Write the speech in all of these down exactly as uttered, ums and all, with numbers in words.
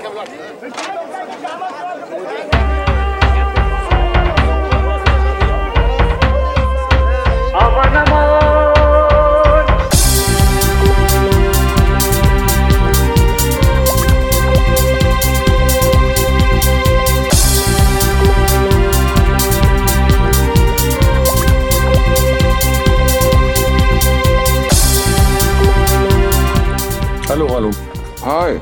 Hallå, hallå. Hej.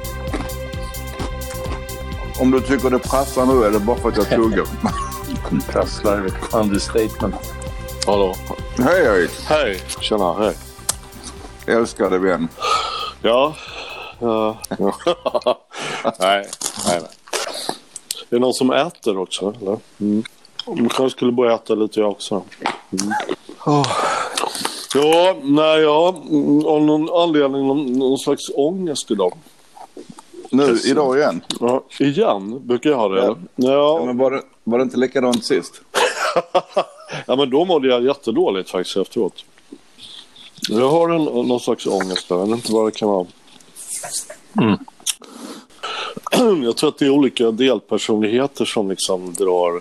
Om du tycker det prasslar nu är det bara för att jag tuggar. Prasslar, understatement. Hallå. Hej, hej. Hej. Tjena, hej. Älskade vän. Ja. Uh. nej, nej, nej. Det är någon som äter också, eller? Mm. Man kanske skulle börja äta lite jag också. Mm. Oh. Ja, nej, jag har någon anledning någon, någon slags ångest idag. Nu, Precis. Idag igen? Ja, igen brukar jag ha det. Ja. Ja. Ja, men var det, var det inte likadant sist? Ja, men då mådde jag jättedåligt faktiskt efteråt. Jag har en, någon slags ångest där, jag vet inte vad det kan vara. Mm. Jag tror att det är olika delpersonligheter som liksom drar.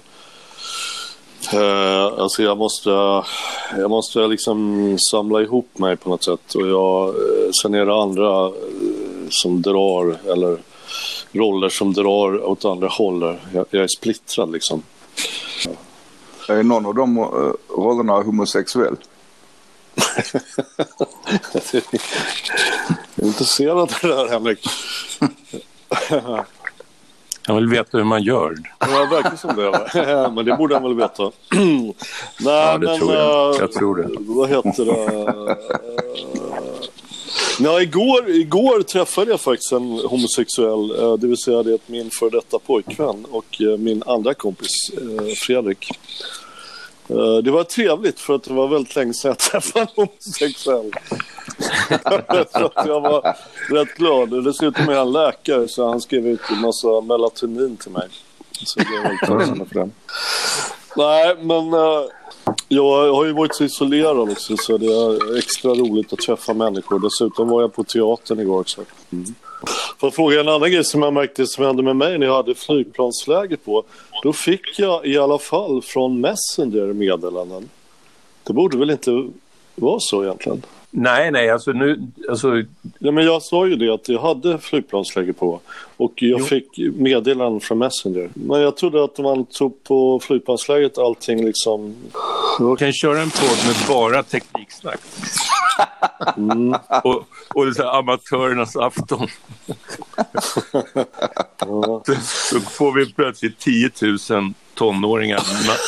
Uh, alltså jag måste jag måste liksom samla ihop mig på något sätt, och jag, sen är det andra uh, som drar, eller roller som drar åt andra hållet. Jag, jag är splittrad liksom. Är någon av de uh, rollerna homosexuell? Jag är intresserad av det där, Henrik. Jag vill veta hur man gör. Ja, verkar som det. Va? Men det borde han väl veta. Nej, ja, det men, tror jag. Äh, jag tror det. Vad heter det? Nej, igår, igår träffade jag faktiskt en homosexuell, det vill säga det min för detta pojkvän och min andra kompis Fredrik. Det var trevligt för att det var väldigt länge sedan jag träffade en homosexuell. Så att jag var rätt glad. Dessutom är han läkare, så han skrev ut en massa melatonin till mig. Så det var väldigt tacksamma för det. Nej, men uh, jag har ju varit så isolerad också, så det är extra roligt att träffa människor. Dessutom var jag på teatern igår också. Mm. För att fråga en annan grej som jag märkte som hände med mig när jag hade flygplansläge på. Då fick jag i alla fall från Messenger meddelanden. Det borde väl inte vara så egentligen? Nej, nej, alltså nu... Alltså... Ja, men jag sa ju det att jag hade flygplansläge på. Och jag jo. fick meddelanden från Messenger. Men jag trodde att man tog på flygplansläget allting liksom... Du kan köra en podd med bara tekniksnack. Mm. och, och det är så här amatörernas afton. Ja. så, så får vi plötsligt tio tusen tonåringar.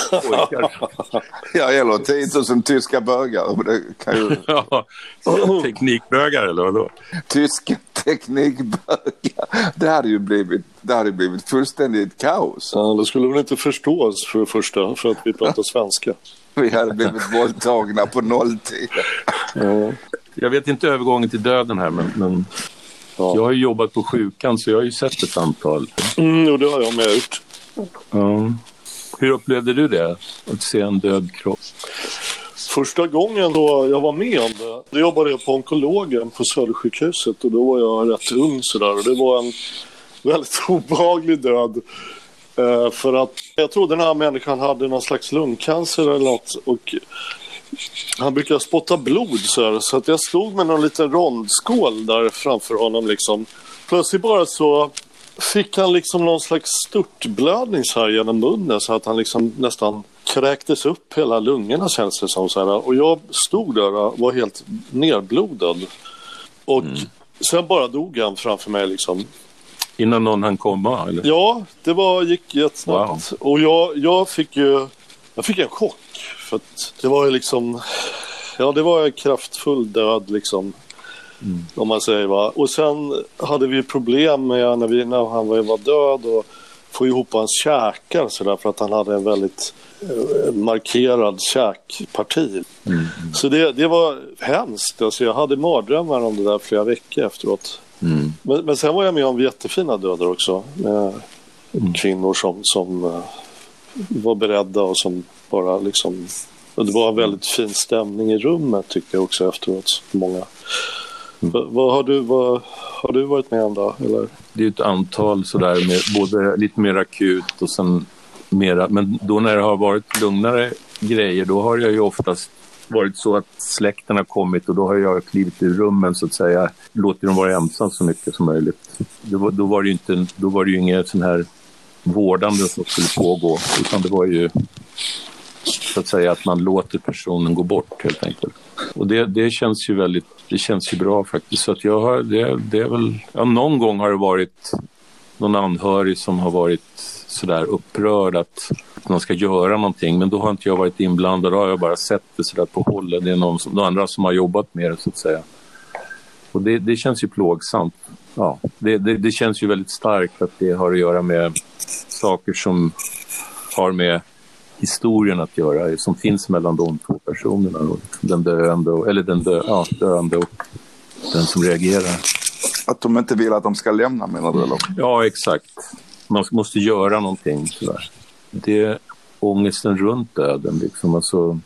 Ja, eller tio tusen tyska bögar. Det kan ju... ja, teknikbögar eller vadå? Tyska teknikbögar. Det hade ju blivit, det hade blivit fullständigt kaos. Ja, det skulle väl inte förstås för det första, för att vi pratar svenska. Vi hade blivit våldtagna på nolltid. Ja. Jag vet inte övergången till döden här, men, men ja. Jag har ju jobbat på sjukan, så jag har ju sett ett antal. Mm, och det har jag med gjort. Ja. Hur upplevde du det, att se en död kropp? Första gången då jag var med om det, då jobbade jag på onkologen på Södersjukhuset, och då var jag rätt ung sådär, och det var en väldigt obehaglig död. Uh, för att jag trodde den här människan hade någon slags lungcancer eller något, och han brukade spotta blod så här, så att jag stod med någon liten rondskål där framför honom liksom. Plötsligt bara så fick han liksom någon slags störtblödning så här genom munnen, så att han liksom nästan kräktes upp hela lungorna, känns det som så här. Och jag stod där och var helt nerblodad. Och mm. sen bara dog han framför mig liksom. Innan någon hann komma, eller? Ja, det var, gick jättesnabbt. Wow. Och jag, jag fick ju jag fick en chock, för att det var ju liksom, ja, det var en kraftfull död liksom, mm. om man säger, va. Och sen hade vi problem med när, vi, när han var, var död, och få ihop hans käkar så där, för att han hade en väldigt eh, markerad käkparti. Mm. Så det, det var hemskt. Alltså, jag hade mardrömmar om det där flera veckor efteråt. Mm. Men, men sen var jag med om jättefina döder också. Med mm. kvinnor som, som uh, var beredda och som bara liksom... Och det var en väldigt fin stämning i rummet, tycker jag också efteråt. Många. V- vad, har du, vad har du varit med om då? Eller? Det är ett antal sådär med både lite mer akut och sen mera, men då när det har varit lugnare grejer, då har jag ju oftast varit så att släkten har kommit och då har jag klivit i rummen så att säga, låter dem vara ensam så mycket som möjligt. Det var, då var det ju inte, då var det ju inget sån här vårdande som skulle pågå, utan det var ju så att säga att man låter personen gå bort helt enkelt. Och det, det känns ju väldigt, det känns ju bra faktiskt. Så att jag har, det, det är väl, ja, någon gång har det varit någon anhörig som har varit sådär upprörd att man ska göra någonting, men då har inte jag varit inblandad, då har jag bara sett det sådär på hållet. Det är någon, någon andra som har jobbat med det så att säga. Och det, det känns ju plågsamt. Ja, det, det, det känns ju väldigt starkt att det har att göra med saker som har med historien att göra, som finns mellan de två personerna, och den döende, eller den dö, ja, döende och den som reagerar. Att de inte vill att de ska lämna, menar du? Eller? Ja, exakt. Man måste göra någonting sådär. Det är ångesten runt döden liksom, alltså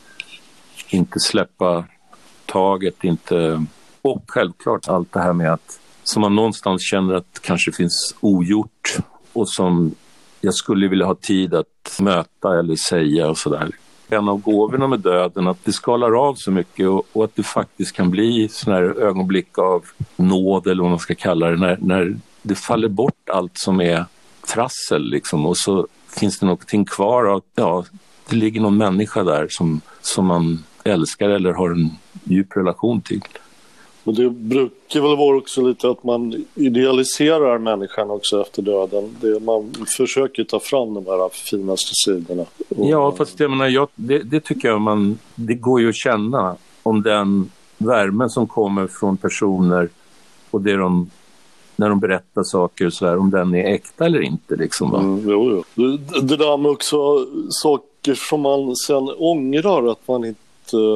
inte släppa taget, inte, och självklart allt det här med att som man någonstans känner att kanske finns ogjort och som jag skulle vilja ha tid att möta eller säga och sådär. En av gåvorna med döden, att det skalar av så mycket och, och att det faktiskt kan bli sådana här ögonblick av nåd eller vad man ska kalla det, när, när det faller bort allt som är trassel liksom, och så finns det någonting kvar av, ja, det ligger någon människa där som, som man älskar eller har en djup relation till. Och det brukar väl vara också lite att man idealiserar människan också efter döden. Det, man försöker ta fram de här finaste sidorna. Och, ja, fast jag menar, jag, det, det tycker jag man, det går ju att känna om den värmen som kommer från personer och det de, när de berättar saker och så där, om den är äkta eller inte liksom, va? Mm, jo, jo. Det, det där med också saker som man sen ångrar att man inte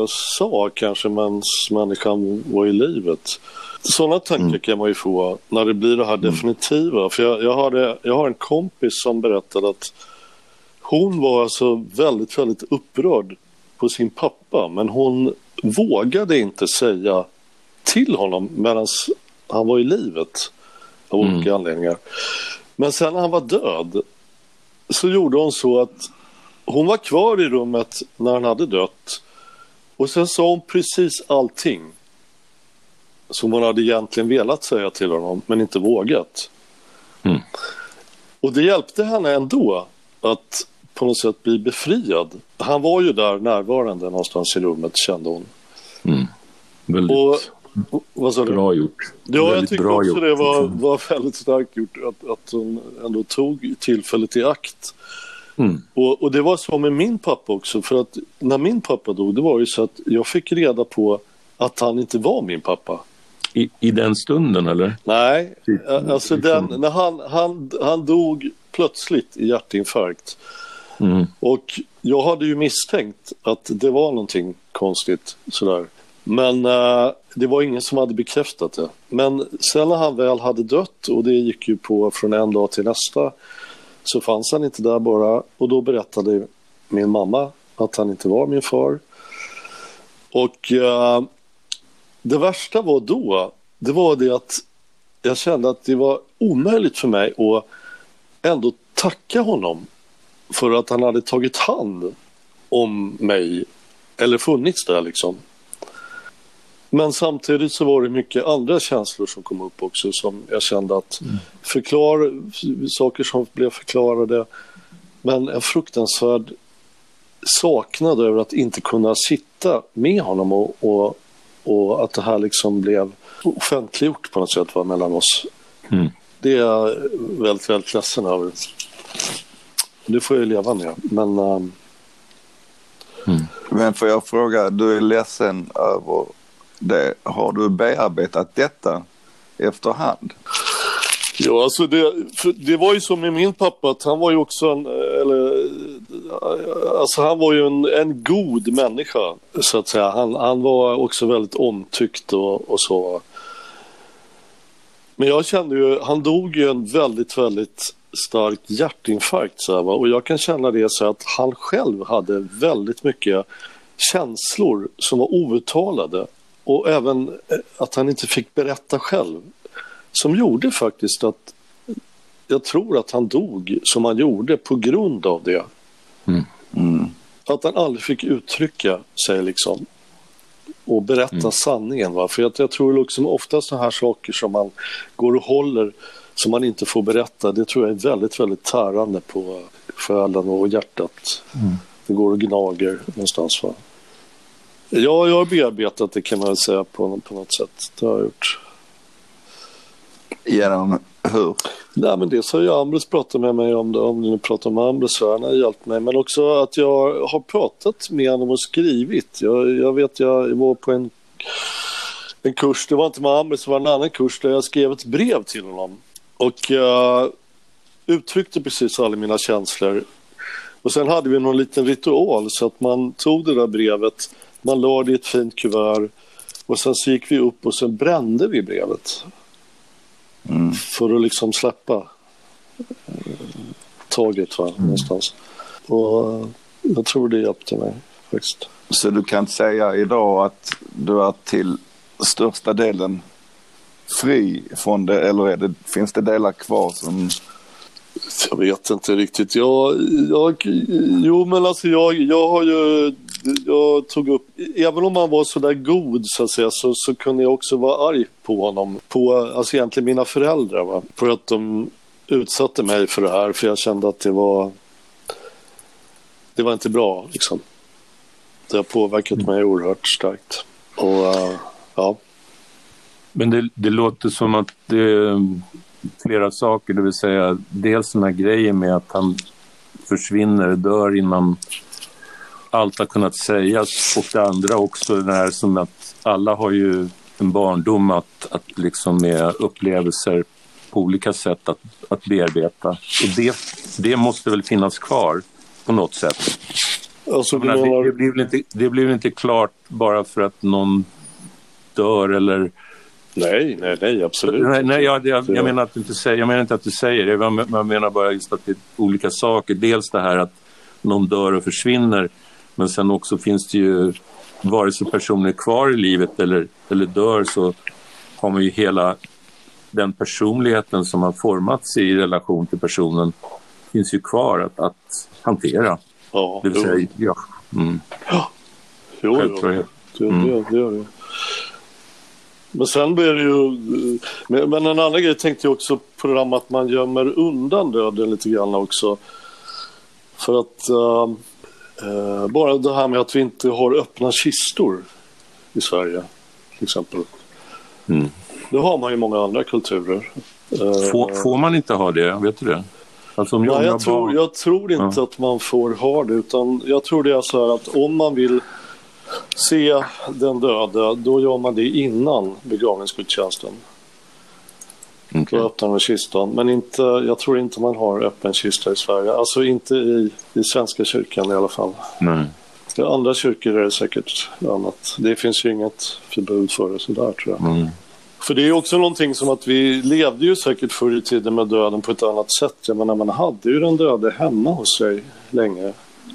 sa kanske medan människan var i livet. Sådana tankar mm. kan man ju få när det blir det här definitiva. Mm. För jag, jag, hade, jag har en kompis som berättade att hon var alltså väldigt, väldigt upprörd på sin pappa, men hon vågade inte säga till honom medan han var i livet av olika mm. anledningar. Men sen när han var död så gjorde hon så att hon var kvar i rummet när han hade dött. Och sen sa hon precis allting som hon hade egentligen velat säga till honom, men inte vågat. Mm. Och det hjälpte henne ändå att på något sätt bli befriad. Han var ju där närvarande någonstans i rummet, kände hon. Mm. Väldigt och, vad sa du? Bra gjort. Ja, väldigt jag tycker bra också gjort. det var, var väldigt starkt gjort att, att hon ändå tog tillfället i akt. Mm. Och, och det var så med min pappa också, för att när min pappa dog, det var ju så att jag fick reda på att han inte var min pappa. I, i den stunden, eller? Nej, alltså den, när han, han, han dog plötsligt i hjärtinfarkt. Mm. Och jag hade ju misstänkt att det var någonting konstigt sådär. Men uh, det var ingen som hade bekräftat det. Men sen när han väl hade dött, och det gick ju på från en dag till nästa, så fanns han inte där bara. Och då berättade min mamma att han inte var min far. Och uh, det värsta var då, det var det att jag kände att det var omöjligt för mig att ändå tacka honom för att han hade tagit hand om mig, eller funnits där liksom. Men samtidigt så var det mycket andra känslor som kom upp också, som jag kände att mm. förklara saker som blev förklarade, men en fruktansvärd saknad över att inte kunna sitta med honom och, och, och att det här liksom blev offentliggjort på något sätt var mellan oss. Mm. Det är jag väldigt, väldigt ledsen över. Det får jag leva med, men um... mm. Men får jag fråga, du är ledsen över det. Har du bearbetat detta efterhand? Ja, alltså det, det var ju som med min pappa, att han var ju också en, eller, alltså han var ju en, en god människa, så att säga. Han, han var också väldigt omtyckt och, och så. Men jag kände ju, han dog ju en väldigt, väldigt stark hjärtinfarkt, så här, va? Och jag kan känna det så att han själv hade väldigt mycket känslor som var outtalade och även att han inte fick berätta själv, som gjorde faktiskt att jag tror att han dog som han gjorde på grund av det. Mm. Mm. Att han aldrig fick uttrycka sig liksom och berätta mm. sanningen. Va? För att jag tror liksom ofta så här saker som man går och håller som man inte får berätta, det tror jag är väldigt, väldigt tärande på själen och hjärtat. Mm. Det går och gnager någonstans. Va? Ja, jag har bearbetat det, kan man väl säga, på, på något sätt. Det har jag gjort. Genom hur? Nej, men det så har ju Ambrus pratat med mig om det. Om ni pratar om Ambrus så han har hjälpt mig. Men också att jag har pratat med honom och skrivit. Jag, jag vet, jag var på en, en kurs. Det var inte med Ambrus, det var en annan kurs där jag skrev ett brev till honom. Och jag uttryckte precis alla mina känslor. Och sen hade vi någon liten ritual så att man tog det där brevet, man la det i ett fint kuvert och sen så gick vi upp och sen brände vi brevet. Mm. För att liksom släppa taget, va, någonstans. Och jag tror det hjälpte mig faktiskt. Så du kan säga idag att du är till största delen fri från det, eller är det, finns det delar kvar som... Jag vet inte riktigt. Jag, jag, jo, men alltså jag, jag har ju... Jag tog upp... Även om han var så där god, så att säga, så, så kunde jag också vara arg på honom. På, alltså egentligen mina föräldrar, va? För att de utsatte mig för det här. För jag kände att det var... Det var inte bra, liksom. Det har påverkat mig oerhört starkt. Och, uh, ja... Men det, det låter som att det är flera saker, det vill säga dels den här grejen med att han försvinner, dör innan allt har kunnat sägas, och det andra också det här som att alla har ju en barndom att, att liksom med upplevelser på olika sätt att, att bearbeta, och det, det måste väl finnas kvar på något sätt. Alltså, menar, menar... det, det, blir väl inte, det blir väl inte klart bara för att någon dör eller... Nej, nej, nej, absolut. Nej, nej jag, jag, jag, menar att du inte säger, jag menar inte att du säger det. Jag menar bara just att det är olika saker. Dels det här att någon dör och försvinner. Men sen också finns det ju, vare sig personen är kvar i livet eller, eller dör, så har man ju hela den personligheten som har formats i relation till personen finns ju kvar att, att hantera. Ja, det vill säga, ja. Mm. Ja, jo, jo. Det, det, det gör det. Men sen blir det ju... Men en annan grej tänkte jag också på det där med att man gömmer undan döden lite grann också. För att uh, uh, bara det här med att vi inte har öppna kistor i Sverige, till exempel. Mm. Det har man ju i många andra kulturer. Uh, får, får man inte ha det? Vet du det? Alltså om jag, nej, jag, jag tror, bara... jag tror inte ja. att man får ha det, utan jag tror det är så här att om man vill se den döda, då gör man det innan begravningsgudstjänsten. Okay. Då öppnar man kistan. Men inte, jag tror inte man har öppen kista i Sverige. Alltså inte i, i Svenska kyrkan i alla fall. Nej. I andra kyrkor är det säkert annat. Det finns ju inget förbud för det sådär, tror jag. Mm. För det är också någonting som att vi levde ju säkert förr i tiden med döden på ett annat sätt. Jag menar, man hade ju den döde hemma hos sig länge.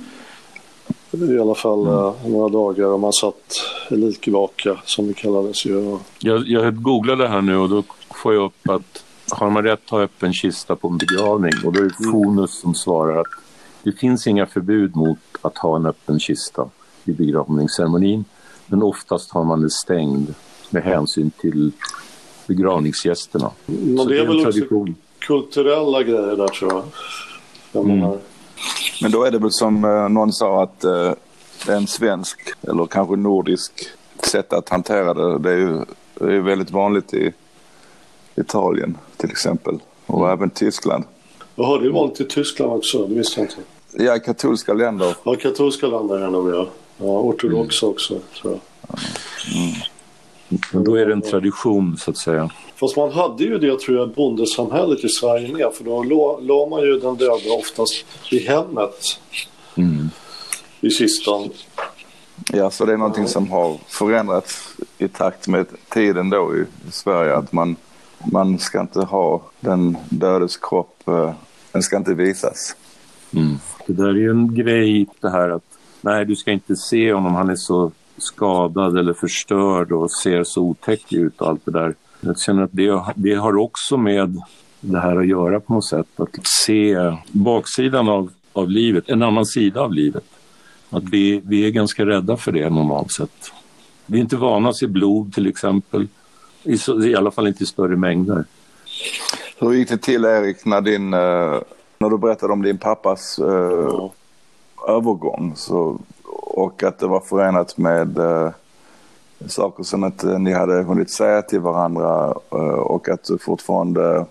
I alla fall mm. några dagar, och man satt likvaka, som det kallades ju. Jag, jag googlade här nu och då får jag upp att har man rätt att ha öppen kista på en begravning, och då är det Fonus som svarar att det finns inga förbud mot att ha en öppen kista i begravningsceremonin, men oftast har man det stängd med hänsyn till begravningsgästerna. Men så det är, det är väl en också tradition. Kulturella grejer där, tror jag. jag mm. menar. Men då är det väl som eh, någon sa att eh, det är en svensk eller kanske nordisk sätt att hantera det. Det är ju det är väldigt vanligt i Italien till exempel, och mm. även Tyskland. Jaha, det är vanligt i Tyskland också, det visste jag inte. Ja, katolska länder. Ja, katolska länder är det nog, ja. Ja, ortodoxa mm. också, tror jag. Mm. Men då är det en tradition, så att säga. Fast man hade ju det, tror jag, bondesamhället i Sverige med. För då la, la man ju den döda oftast i hemmet. Mm. I kistan. Ja, så det är någonting som har förändrats i takt med tiden då i Sverige. Att man, man ska inte ha den dödes kropp, den ska inte visas. Mm. Det där är ju en grej, det här att nej, du ska inte se honom, han är så skadad eller förstörd och ser så otäck ut och allt det där. Jag känner att det, det har också med det här att göra på något sätt. Att se baksidan av, av livet, en annan sida av livet. Att vi, vi är ganska rädda för det normalt sett. Vi är inte vana att se blod till exempel. I, så, i alla fall inte i större mängder. Hur gick det till, Erik, när, din, när du berättade om din pappas uh, övergång så, och att det var förenat med uh, saker som inte ni hade hunnit säga till varandra uh, och att du fortfarande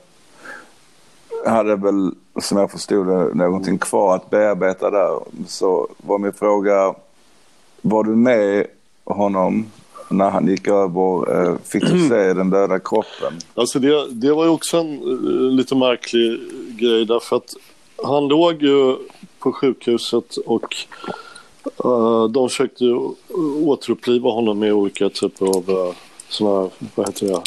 hade väl, som jag förstod det, någonting kvar att bearbeta där. Så var min fråga, var du med honom när han gick över, fick du se den döda kroppen? Alltså det, det var ju också en uh, lite märklig grej därför att han låg ju på sjukhuset och uh, de försökte uh, återuppliva honom med olika typer av uh, såna här, vad heter det,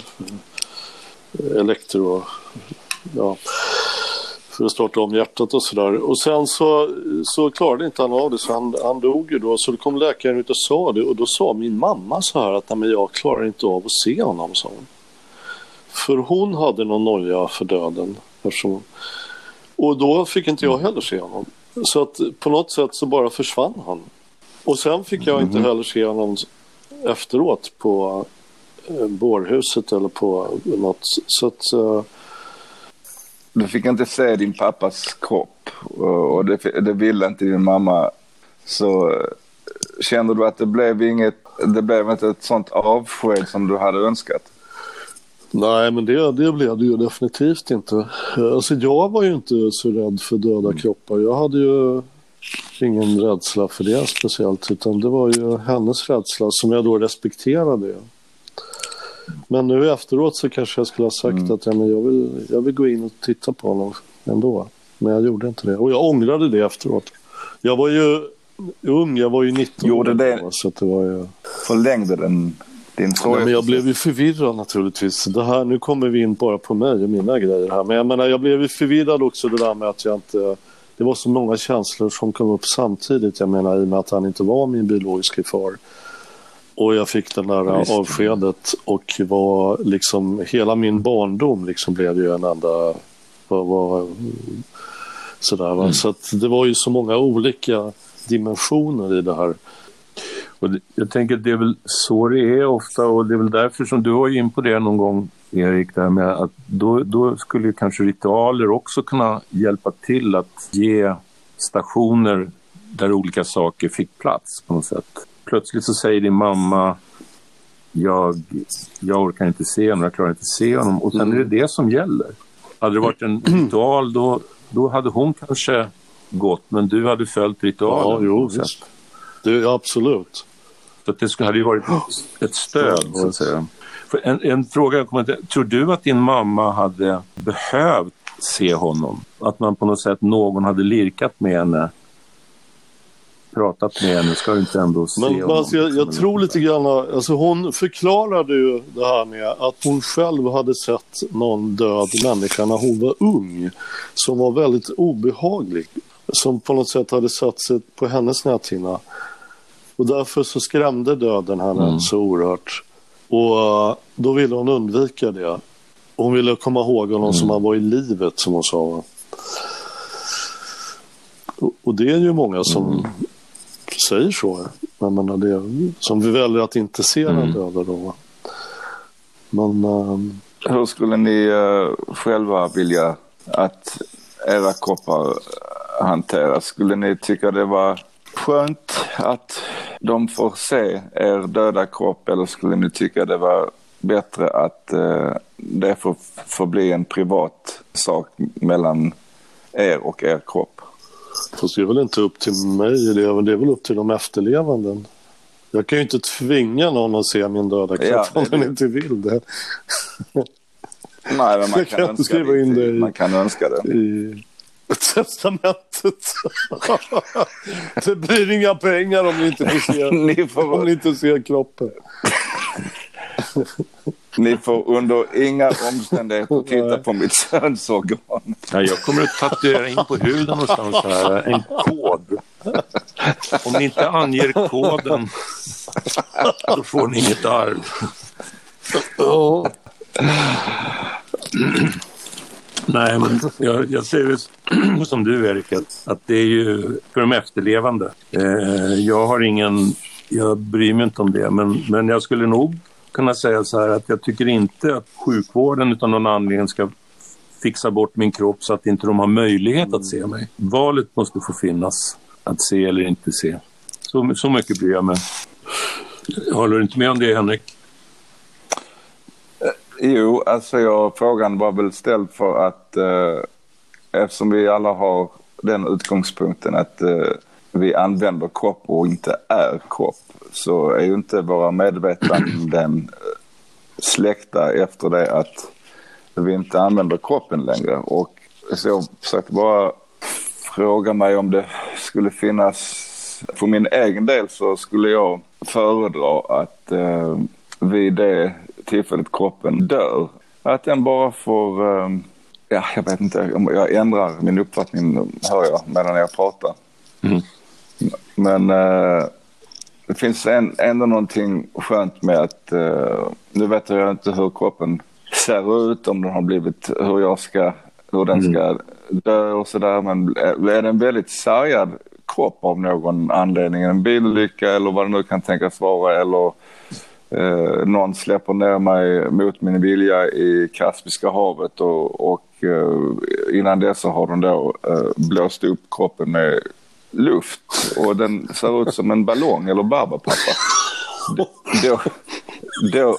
uh, elektro, ja, för att starta om hjärtat och sådär. Och sen så, så klarade inte han av det, så han, han dog ju då. Så då kom läkaren ut och sa det, och då sa min mamma så här att nej, men jag klarar inte av att se honom, sa hon. För hon hade någon noja för döden. Eftersom, och då fick inte jag heller se honom. Så att på något sätt så bara försvann han. Och sen fick jag inte heller se honom efteråt på eh, bårhuset eller på något. Så att... Eh, Du fick inte se din pappas kropp och det, det ville inte din mamma. Så kände du att det blev inget, det blev inte ett sånt avsked som du hade önskat? Nej, men det, det blev det ju definitivt inte. Alltså jag var ju inte så rädd för döda mm. kroppar. Jag hade ju ingen rädsla för det speciellt, utan det var ju hennes rädsla som jag då respekterade. Men nu efteråt så kanske jag skulle ha sagt mm. att ja, men jag, vill, jag vill gå in och titta på honom ändå. Men jag gjorde inte det. Och jag ångrade det efteråt. Jag var ju ung, jag var ju nitton. Gjorde det, år, så att det var ju... förlängde den din fråga? Ja, men jag blev ju förvirrad naturligtvis. Det här, nu kommer vi in bara på mig och mina grejer här. Men jag menar, jag blev ju förvirrad också det där med att jag inte... Det var så många känslor som kom upp samtidigt. Jag menar, i och med att han inte var min biologiska far. Och jag fick den där Visst. avskedet och var liksom hela min barndom liksom blev ju en enda var, var, sådär va? Mm. Så att det var ju så många olika dimensioner i det här. Och det, jag tänker att det är väl så det är ofta, och det är väl därför som du var in på det någon gång, Erik, där med att då, då skulle kanske ritualer också kunna hjälpa till att ge stationer där olika saker fick plats på något sätt. Plötsligt så säger din mamma jag, jag orkar inte se honom, jag klarar inte se honom. Och sen mm. är det det som gäller. Hade det varit en ritual då, då hade hon kanske gått, men du hade följt ritualen. Ja, jo, det är absolut. Så att det skulle, hade ju varit ett stöd, så att säga. För en, en fråga jag kommer till, tror du att din mamma hade behövt se honom? Att man på något sätt, någon hade lirkat med henne, pratat med henne, ska du inte ändå se men, honom? Men alltså, jag, jag tror lite grann, alltså hon förklarade ju det här med att hon själv hade sett någon död människa när hon var ung som var väldigt obehaglig, som på något sätt hade satt sig på hennes näthinna, och därför så skrämde döden henne mm. så oerhört, och då ville hon undvika det. Hon ville komma ihåg honom mm. som han var i livet, som hon sa. Och, och det är ju många som mm. säger så. Jag menar det, som vi väljer att inte se den mm. döda då. Men um... hur skulle ni uh, själva vilja att era kroppar hanteras? Skulle ni tycka det var skönt att de får se er döda kropp, eller skulle ni tycka det var bättre att uh, det får, får bli en privat sak mellan er och er kropp? Fast det är väl inte upp till mig, det är, det är väl upp till de efterlevande. Jag kan ju inte tvinga någon att se min döda kropp ja, om man inte vill det. Nej, men man kan, kan önska det, in det i, man kan önska det. I testamentet. Det blir inga pengar om ni inte får se, ni får... om ni inte ser kroppen. Ni får under inga omständigheter titta på mitt sönsorgan. Ja, jag kommer att tatuera in på huden någonstans här, en kod. Om ni inte anger koden Då får ni inget arv. Ja. Nej, men jag, jag ser det som du, Erik, att, att det är ju för de efterlevande. Eh, jag har ingen, jag bryr mig inte om det, men, men jag skulle nog kunna säga så här att jag tycker inte att sjukvården utan någon anledning ska fixa bort min kropp så att inte de har möjlighet att se mig. Valet måste få finnas, att se eller inte se. Så, så mycket bryr jag mig. Håller du inte med om det, Henrik? Jo, alltså jag, frågan var väl ställd för att eh, eftersom vi alla har den utgångspunkten att eh, vi använder kropp och inte är kropp, så är ju inte våra medvetanden släkta efter det att vi inte använder kroppen längre. Och så jag försökte bara fråga mig om det skulle finnas, för min egen del så skulle jag föredra att eh, vid det tillfället kroppen dör, att den bara får, eh, ja jag vet inte om jag ändrar min uppfattning, hör jag medan jag pratar. Mm. Men eh, det finns en, ändå någonting skönt med att, eh, nu vet jag inte hur kroppen ser ut, om den har blivit, hur jag ska, hur den ska mm. dö och sådär, men är det en väldigt sargad kropp av någon anledning, en bilolycka eller vad det nu kan tänkas vara, eller eh, någon släpper ner mig mot min vilja i Kaspiska havet och, och eh, innan dess så har de då eh, blåst upp kroppen med luft och den ser ut som en ballong eller barbapappa. Då, då,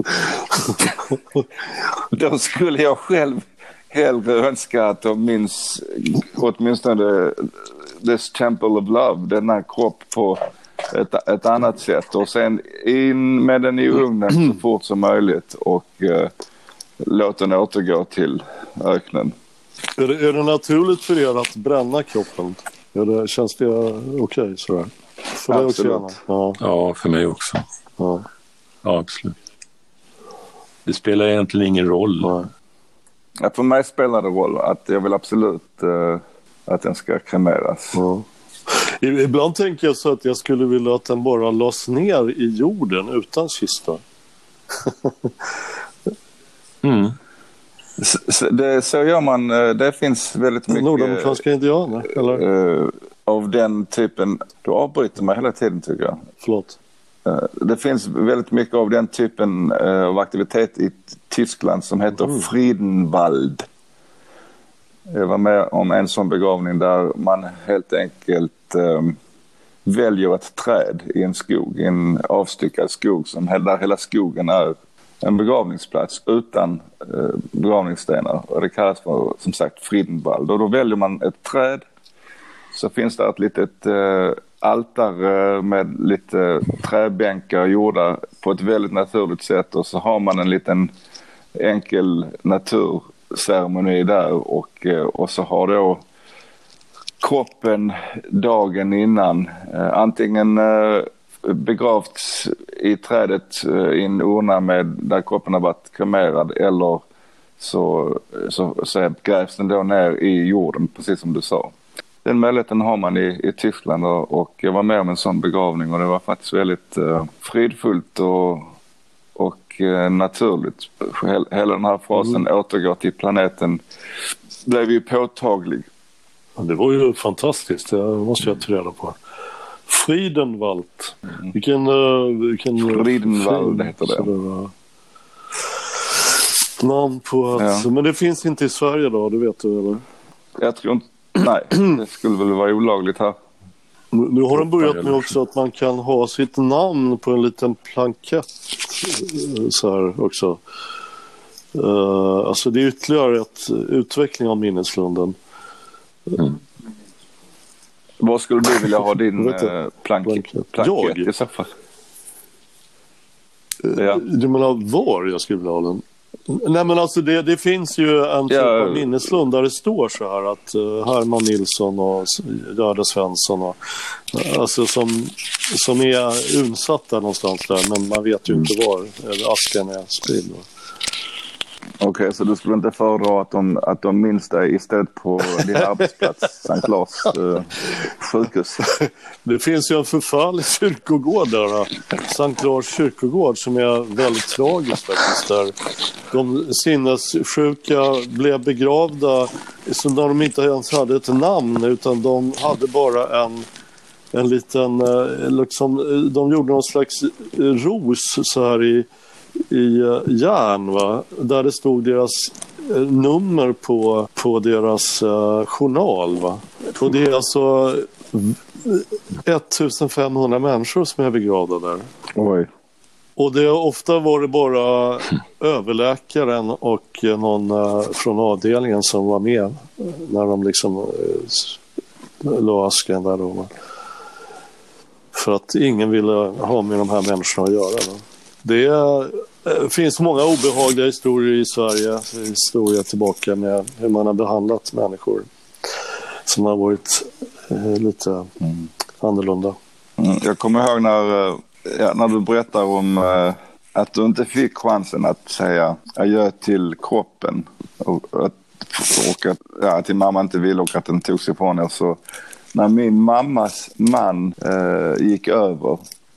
då skulle jag själv hellre önska att de minns åtminstone this temple of love, denna kropp på ett, ett annat sätt, och sen in med den i ugnen så fort som möjligt och eh, låt den återgå till öknen. Är det, är det naturligt för er att bränna kroppen? Är det, känns det okej okay, sådär? För det absolut. Också, ja. ja, för mig också. Ja, ja absolut. Det spelar egentligen ingen roll. Nej. Ja, för mig spelar det roll att jag vill absolut uh, att den ska kremeras. Ja. Ibland tänker jag så att jag skulle vilja att den bara lades ner i jorden utan kista. mm. Så, det, så gör man, det finns väldigt mycket nordamerikanska indianer eller? Uh, av den typen. Du avbryter mig hela tiden tycker jag. Förlåt. Uh, det finns väldigt mycket av den typen uh, av aktivitet i Tyskland som heter mm. Friedenwald. Jag var med om en sån begravning där man helt enkelt um, väljer ett träd i en skog, i en avstyckad skog som där hela skogen är en begravningsplats utan eh, begravningsstenar, och det kallas för, som sagt, Friedenwald. Och då väljer man ett träd, så finns det ett litet eh, altare med lite träbänkar gjorda på ett väldigt naturligt sätt, och så har man en liten enkel naturceremoni där, och, eh, och så har då kroppen dagen innan eh, antingen eh, begravts i trädet i en urna med där kroppen har varit kremerad, eller så, så, så grävs den då ner i jorden, precis som du sa. Den möjligheten har man i, i Tyskland, och, och jag var med om en sån begravning, och det var faktiskt väldigt uh, fridfullt och, och uh, naturligt. Hela den här frasen mm. återgår till planeten blev ju påtaglig. Ja, det var ju fantastiskt, det måste jag ta reda på. Friedenwald. Mm. Vilken, uh, vilken Friedenwald fin, heter det. det var... Namn på att... Ja. Men det finns inte i Sverige då, det vet du eller? Jag tror inte... Nej, det skulle väl vara olagligt här. Nu har de börjat med också att man kan ha sitt namn på en liten plankett så här också. Uh, alltså det är ytterligare ett utveckling av minneslunden. Mm. Vad skulle du vilja ha din eh, plankett plank i så fall? Ja. Du menar var jag skulle vilja ha den? Nej men alltså det, det finns ju en typ ja. av minneslund där det står så här att uh, Herman Nilsson och Gerda Svensson och, uh, alltså som, som är unsatt där någonstans där, men man vet ju mm. inte var asken är spridd. Okej, okay, så du skulle inte föredra att de, att de minns dig istället på din arbetsplats, Sankt Lars eh, sjukhus? Det finns ju en förfärlig kyrkogård där, Sankt Lars kyrkogård, som är väldigt tragisk faktiskt. Där de sinnessjuka blev begravda så när de inte ens hade ett namn, utan de hade bara en en liten, liksom, de gjorde någon slags ros så här i, i järn, va? Där det stod deras nummer på, på deras uh, journal, va? Och det är alltså femtonhundra människor som är begravda där. Oj. Och det ofta var det bara överläkaren och någon uh, från avdelningen som var med när de liksom uh, la asken där då. För att ingen ville ha med de här människorna att göra. Då. Det är, äh, finns många obehagliga historier i Sverige. Historia tillbaka med hur man har behandlat människor som har varit äh, lite mm. annorlunda. Mm. Jag kommer ihåg när, ja, när du berättar om äh, att du inte fick chansen att säga adjö till kroppen. Och, och, och att ja, till mamma inte ville och att den tog sig ifrån er, så när min mammas man eh, gick över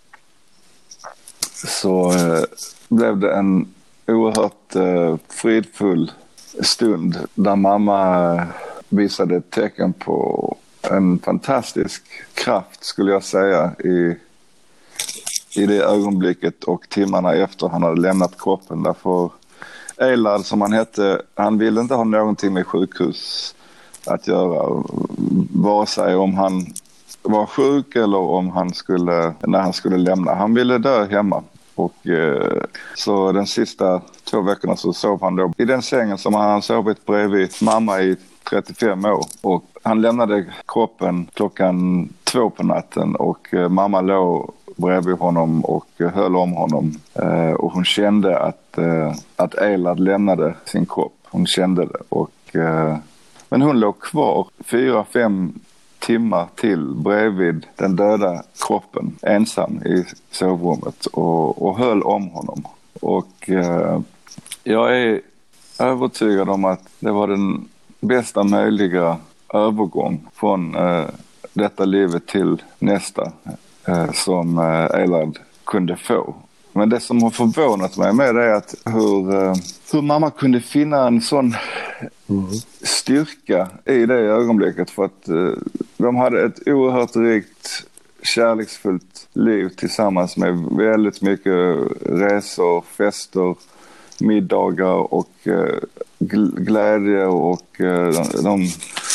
så eh, blev det en oerhört eh, fridfull stund där mamma visade ett tecken på en fantastisk kraft, skulle jag säga, i, i det ögonblicket och timmarna efter han hade lämnat kroppen. Därför Eilard, som han hette, han ville inte ha någonting med sjukhus att göra, vare sig om han var sjuk eller om han skulle, när han skulle lämna. Han ville dö hemma. Och eh, så den sista två veckorna så sov han då i den sängen som han sovit bredvid mamma i trettiofem år. Och han lämnade kroppen klockan två på natten och eh, mamma låg bredvid honom och eh, höll om honom. Eh, och hon kände att, eh, att Eilard lämnade sin kropp. Hon kände det och eh, men hon låg kvar fyra, fem timmar till bredvid den döda kroppen, ensam i sovrummet och, och höll om honom. Och eh, jag är övertygad om att det var den bästa möjliga övergång från eh, detta livet till nästa eh, som eh, Eilard kunde få. Men det som har förvånat mig med det är att hur, eh, hur mamma kunde finna en sån mm. styrka i det ögonblicket, för att eh, de hade ett oerhört rikt kärleksfullt liv tillsammans med väldigt mycket resor, fester, middagar och eh, glädje och eh, de,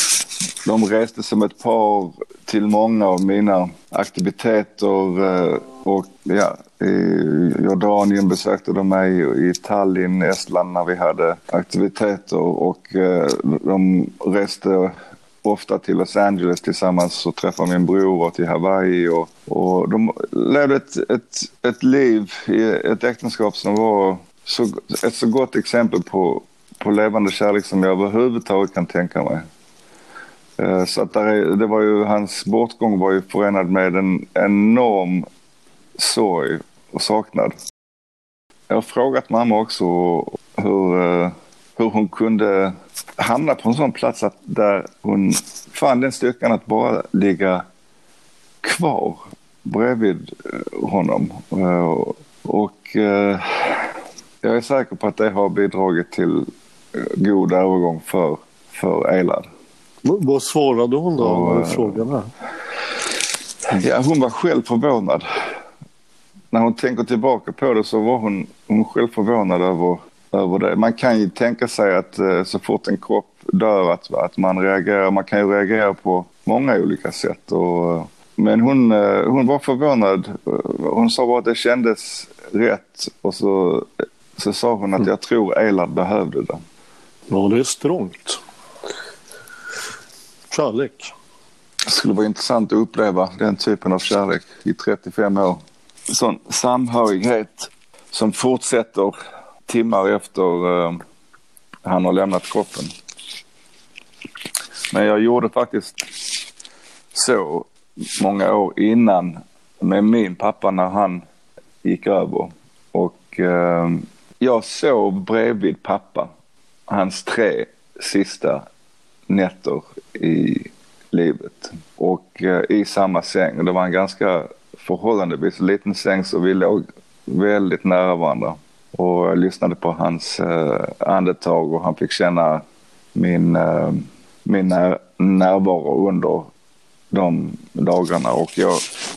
de reste som ett par till många av mina aktiviteter eh, och ja, i Jordanien besökte de mig, i Tallinn, Estland när vi hade aktiviteter och eh, de reste ofta till Los Angeles tillsammans och träffade min bror och till Hawaii och, och de levde ett, ett, ett liv i ett äktenskap som var så, ett så gott exempel på, på levande kärlek som jag överhuvudtaget kan tänka mig. Eh, så att där är, det var ju, hans bortgång var ju förenad med en enorm sorg och saknad. Jag har frågat mamma också hur, hur hon kunde hamna på en sån plats att där hon fann den styrkan att bara ligga kvar bredvid honom. Och jag är säker på att det har bidragit till god övergång för, för Eilard. Vad svarade hon då och, frågan? Ja, hon var själv förvånad. När hon tänker tillbaka på det så var hon, hon själv förvånad över, över det. Man kan ju tänka sig att eh, så fort en kropp dör att, att man reagerar. Man kan ju reagera på många olika sätt. Och, men hon, eh, hon var förvånad. Hon sa bara att det kändes rätt. Och så, så sa hon att jag tror Eilard behövde det. Ja, det är strångt. Kärlek. Det skulle vara intressant att uppleva den typen av kärlek i trettiofem år. Sån samhörighet som fortsätter timmar efter uh, han har lämnat kroppen. Men jag gjorde faktiskt så många år innan med min pappa när han gick över. Och uh, jag sov bredvid pappa hans tre sista nätter i livet. Och eh, i samma säng. Det var en ganska förhållandevis liten säng, så vi låg väldigt nära varandra. Och jag lyssnade på hans eh, andetag, och han fick känna min, eh, min när- närvaro under de dagarna. Och jag,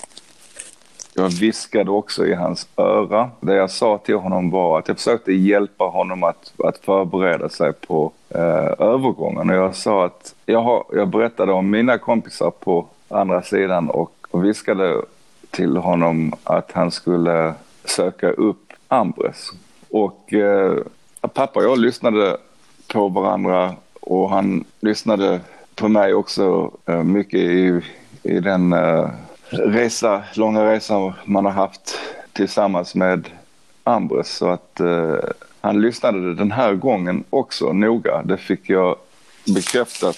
jag viskade också i hans öra. Det jag sa till honom var att jag försökte hjälpa honom att, att förbereda sig på eh, övergången. Och jag sa att jag, har, jag berättade om mina kompisar på andra sidan, och, och viskade till honom att han skulle söka upp Ambres. Och eh, pappa och jag lyssnade på varandra, och han lyssnade på mig också eh, mycket i, i den eh, resa, långa resan man har haft tillsammans med Ambres. Så att eh, han lyssnade den här gången också noga. Det fick jag bekräftat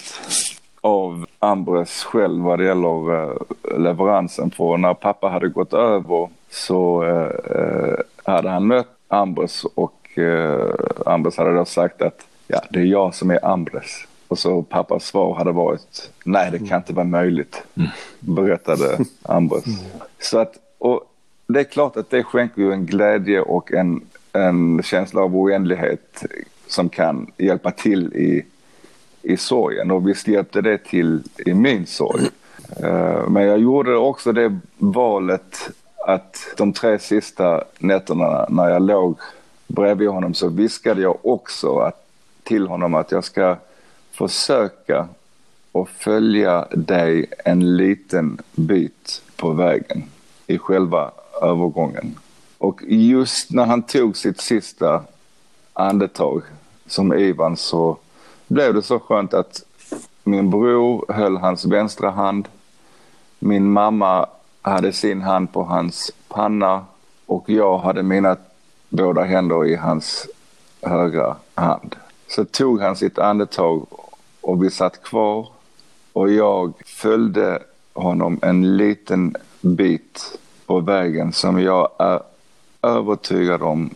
av Ambres själv vad det gäller eh, leveransen. För när pappa hade gått över så eh, hade han mött Ambres, och eh, Ambres hade då sagt att ja, det är jag som är Ambres. Och så pappas svar hade varit nej, det kan inte vara möjligt, berättade Ambres. Mm. Så att, och det är klart att det skänker ju en glädje och en, en känsla av oändlighet som kan hjälpa till i, i sorgen. Och visst hjälpte det till i min sorg. Uh, men jag gjorde också det valet att de tre sista nätterna när jag låg bredvid honom, så viskade jag också att, till honom att jag ska försöka och följa dig en liten bit på vägen i själva övergången. Och just när han tog sitt sista andetag som Ivan, så blev det så skönt att min bror höll hans vänstra hand, min mamma hade sin hand på hans panna, och jag hade mina båda händer i hans högra hand. Så tog han sitt andetag, och vi satt kvar, och jag följde honom en liten bit på vägen som jag är övertygad om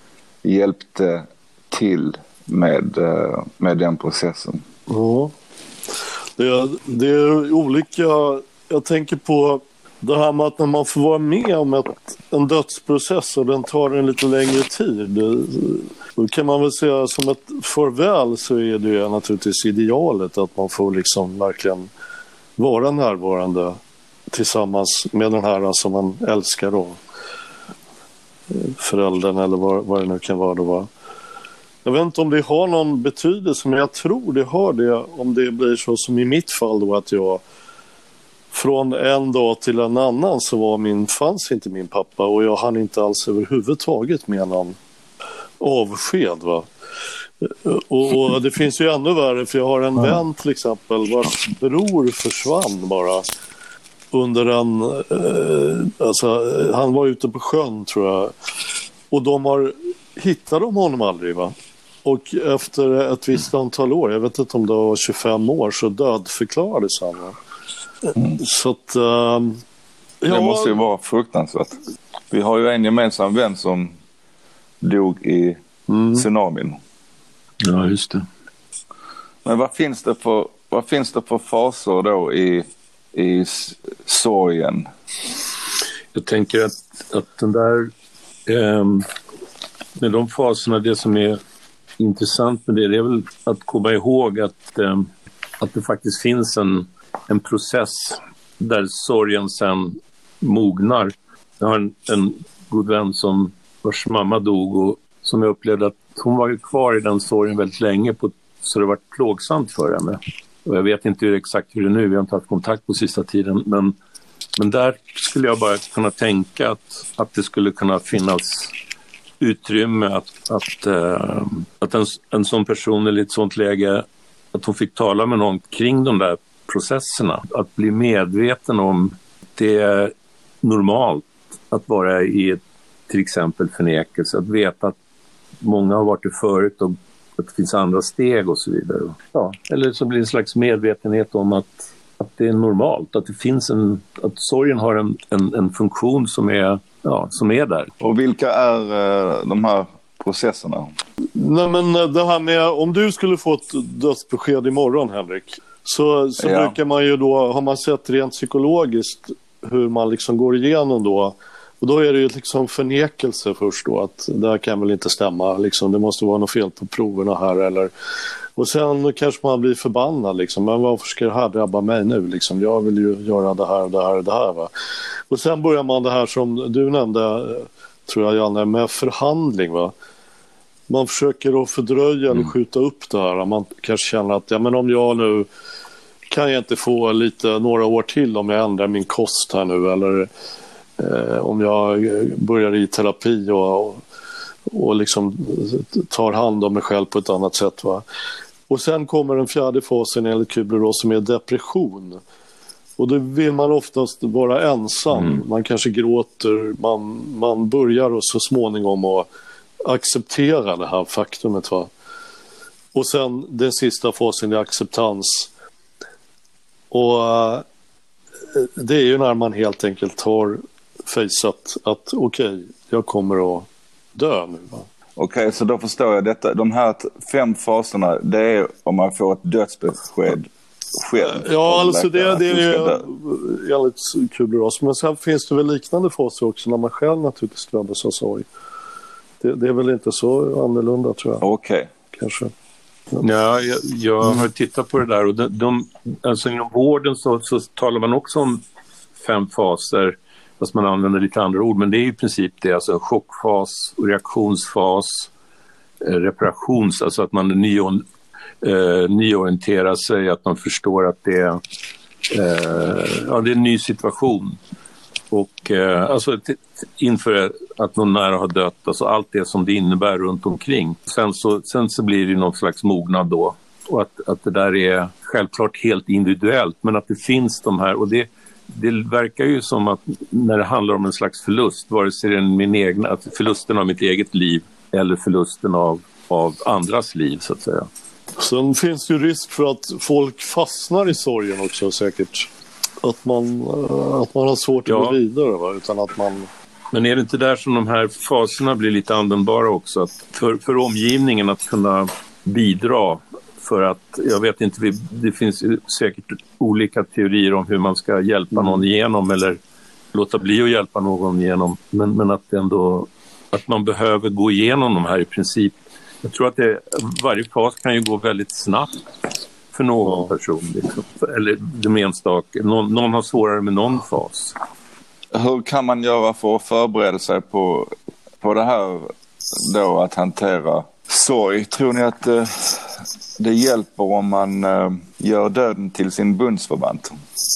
hjälpte till med, med den processen. Ja, det är, det är olika. Jag tänker på det här med att när man får vara med om ett, en dödsprocess och den tar en lite längre tid, då kan man väl säga som ett farväl, så är det naturligtvis idealet att man får liksom verkligen vara närvarande tillsammans med den här som man älskar då, föräldern eller vad, vad det nu kan vara då, va? Jag vet inte om det har någon betydelse, men jag tror det har det, om det blir så som i mitt fall då, att jag från en dag till en annan så var min, fanns inte min pappa, och jag hann inte alls överhuvudtaget med någon avsked, va. Och, och det finns ju ännu värre, för jag har en vän till exempel vars bror försvann bara under en eh, alltså han var ute på sjön tror jag, och de har hittat de honom aldrig, va. Och efter ett visst antal år, jag vet inte om det var tjugofem år, så dödförklarades han, va? Mm. Så att um, det ja, måste ju vara fruktansvärt. Vi har ju en gemensam vän som dog i mm. tsunamin. Ja, just det. Men vad finns det för vad finns det för faser då i i sorgen? Jag tänker att att den där eh, med de faserna, det som är intressant med det, det är väl att komma ihåg att eh, att det faktiskt finns en en process där sorgen sen mognar. Jag har en, en god vän som vars mamma dog, och som jag upplevde att hon var kvar i den sorgen väldigt länge, på, så det var plågsamt för henne. Och jag vet inte hur, exakt hur det är nu, vi har inte haft kontakt på sista tiden, men, men där skulle jag bara kunna tänka att, att det skulle kunna finnas utrymme att, att, äh, att en, en sån person i ett sånt läge, att hon fick tala med någon kring de där processerna, att bli medveten om det är normalt att vara i ett, till exempel förnekelse, att veta att många har varit det förut och att det finns andra steg och så vidare. Ja, eller så blir det en slags medvetenhet om att, att det är normalt, att det finns en, att sorgen har en, en, en funktion som är, ja, som är där. Och vilka är uh, de här processerna? Nej, men det här med, om du skulle få ett dödsbesked imorgon, Henrik, så, så ja. brukar man ju då, har man sett rent psykologiskt hur man liksom går igenom då, och då är det ju liksom förnekelse först då, att det här kan väl inte stämma, liksom, det måste vara något fel på proverna här, eller, och sen kanske man blir förbannad liksom, men varför ska det här drabba mig nu liksom, jag vill ju göra det här, det här, det här va. Och sen börjar man det här som du nämnde, tror jag, Janne, med förhandling va. Man försöker att fördröja eller skjuta upp det här. Man kanske känner att ja, men om jag nu kan jag inte få lite några år till om jag ändrar min kost här nu, eller eh, om jag börjar i terapi och, och, och liksom tar hand om mig själv på ett annat sätt va. Och sen kommer den fjärde fasen enligt Kübler som är depression. Och då vill man oftast vara ensam. Mm. Man kanske gråter, man, man börjar och så småningom att acceptera det här faktumet va. Och sen den sista fasen är acceptans. Och uh, det är ju när man helt enkelt har fejsat att okej, okay, jag kommer att dö nu va. Okej, okay, så då förstår jag detta. De här fem faserna, det är om man får ett dödsbesked själv. Ja, alltså det, det är ju enligt Kübler. Men sen finns det väl liknande faser också när man själv naturligtvis drabbas av sorg. Det, det är väl inte så annorlunda tror jag. Okej. Okay. Kanske. Ja, jag, jag har tittat på det där och de, de, alltså inom vården så, så talar man också om fem faser, fast man använder lite andra ord, men det är i princip det, alltså chockfas, reaktionsfas, eh, reparations, alltså att man nyon, eh, nyorienterar sig, att man förstår att det är, eh, ja, det är en ny situation. Och eh, alltså t- inför att någon nära har dött, alltså allt det som det innebär runt omkring. Sen så, sen så blir det någon slags mognad då. Och att, att det där är självklart helt individuellt, men att det finns de här, och det, det verkar ju som att när det handlar om en slags förlust, vare sig det är min egna, att förlusten av mitt eget liv eller förlusten av, av andras liv så att säga. Sen finns det ju risk för att folk fastnar i sorgen också säkert. Att man, att man har svårt ja. att gå vidare va? Utan att man... Men är det inte där som de här faserna blir lite användbara också? Att för, för omgivningen att kunna bidra för att, jag vet inte, det finns säkert olika teorier om hur man ska hjälpa någon igenom eller låta bli att hjälpa någon igenom. Men, men att ändå, att man behöver gå igenom de här i princip. Jag tror att det, varje fas kan ju gå väldigt snabbt för någon person. Liksom. Eller de enstaka. Någon, någon har svårare med någon fas. Hur kan man göra för att förbereda sig på, på det här då, att hantera sorg? Tror ni att eh, det hjälper om man eh, gör döden till sin bundsförvant?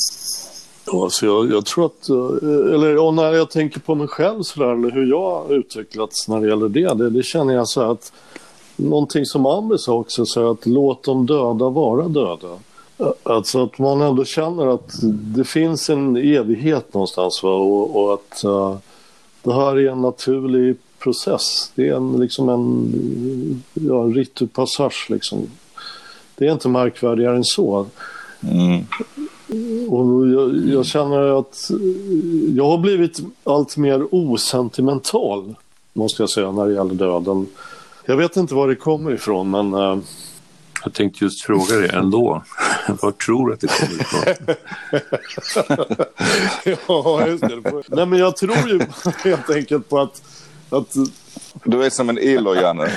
Alltså jag, jag tror att, eller när jag tänker på mig själv så där, eller hur jag har utvecklats när det gäller det, det, det känner jag så att någonting som Amber sa också, så att låt dem döda vara döda. Alltså att man ändå känner att det finns en evighet någonstans va? Och, och att uh, det här är en naturlig process. Det är en, liksom en ja, ritupassage liksom. Det är inte märkvärdigare än så. Mm. Och jag, jag känner att jag har blivit allt mer osentimental, måste jag säga, när det gäller döden. Jag vet inte var det kommer ifrån, men uh... jag tänkte just fråga dig ändå. Var tror du att det kommer ifrån? Ja, just det. Nej, men jag tror ju helt enkelt på att... att... Du är som en ilo, Janne.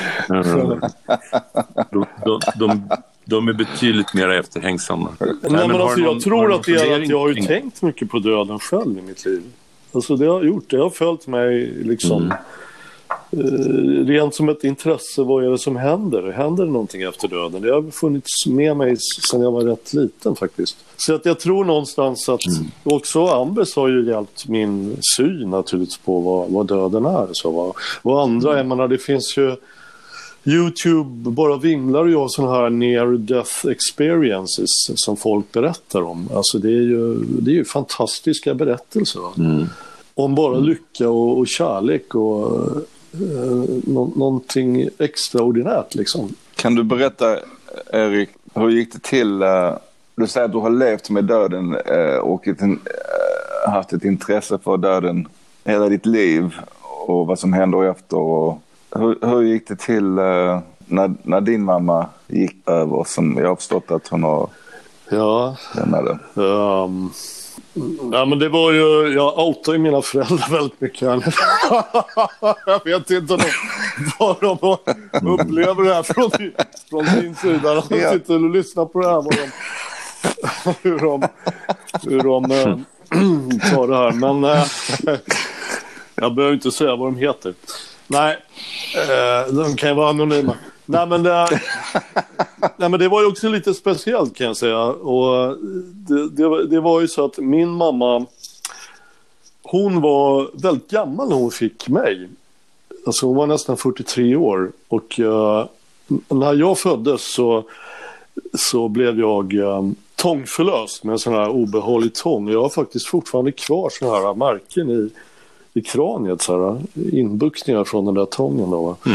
de, de, de, de är betydligt mer efterhängsamma. Nej, Nej, men, men alltså, någon, jag tror att det är att jag har ju tänkt mycket på döden själv i mitt liv. Alltså det har jag gjort. Det har följt mig liksom... Mm. Uh, rent som ett intresse, vad är det som händer? Händer det någonting efter döden? Det har funnits med mig sedan jag var rätt liten faktiskt. Så att jag tror någonstans att mm. också Ambers har ju hjälpt min syn naturligtvis på vad, vad döden är. Så vad, vad andra, mm. jag menar, det finns ju YouTube bara vimlar ju av sådana här near death experiences som folk berättar om. Alltså det är ju, det är ju fantastiska berättelser va? Mm. Om bara mm. lycka och, och kärlek och Uh, nå- någonting extraordinärt liksom. Kan du berätta, Erik, hur gick det till? Uh, du säger att du har levt med döden uh, och ett, uh, haft ett intresse för döden hela ditt liv och vad som händer efter och hur, hur gick det till uh, när, när din mamma gick över, som jag har förstått att hon har ja. lämnade? Um, ja, men det var ju, jag outade ju mina föräldrar väldigt mycket. Jag vet inte de, vad de upplever det här från, från sin sida. De sitter och lyssnar på det här, vad de, hur de, hur de äh, tar det här. Men äh, jag behöver inte säga vad de heter. Nej, äh, de kan ju vara anonyma. Nej men, det, nej men det var ju också lite speciellt, kan jag säga. Och det, det, det var ju så att min mamma, hon var väldigt gammal när hon fick mig. Alltså hon var nästan fyrtiotre år. Och uh, när jag föddes så, så blev jag um, tångförlöst med en sån här obehaglig tång. Jag har faktiskt fortfarande kvar sån här märken i, i kraniet, så här, inbuktningar från den där tången då. Mm.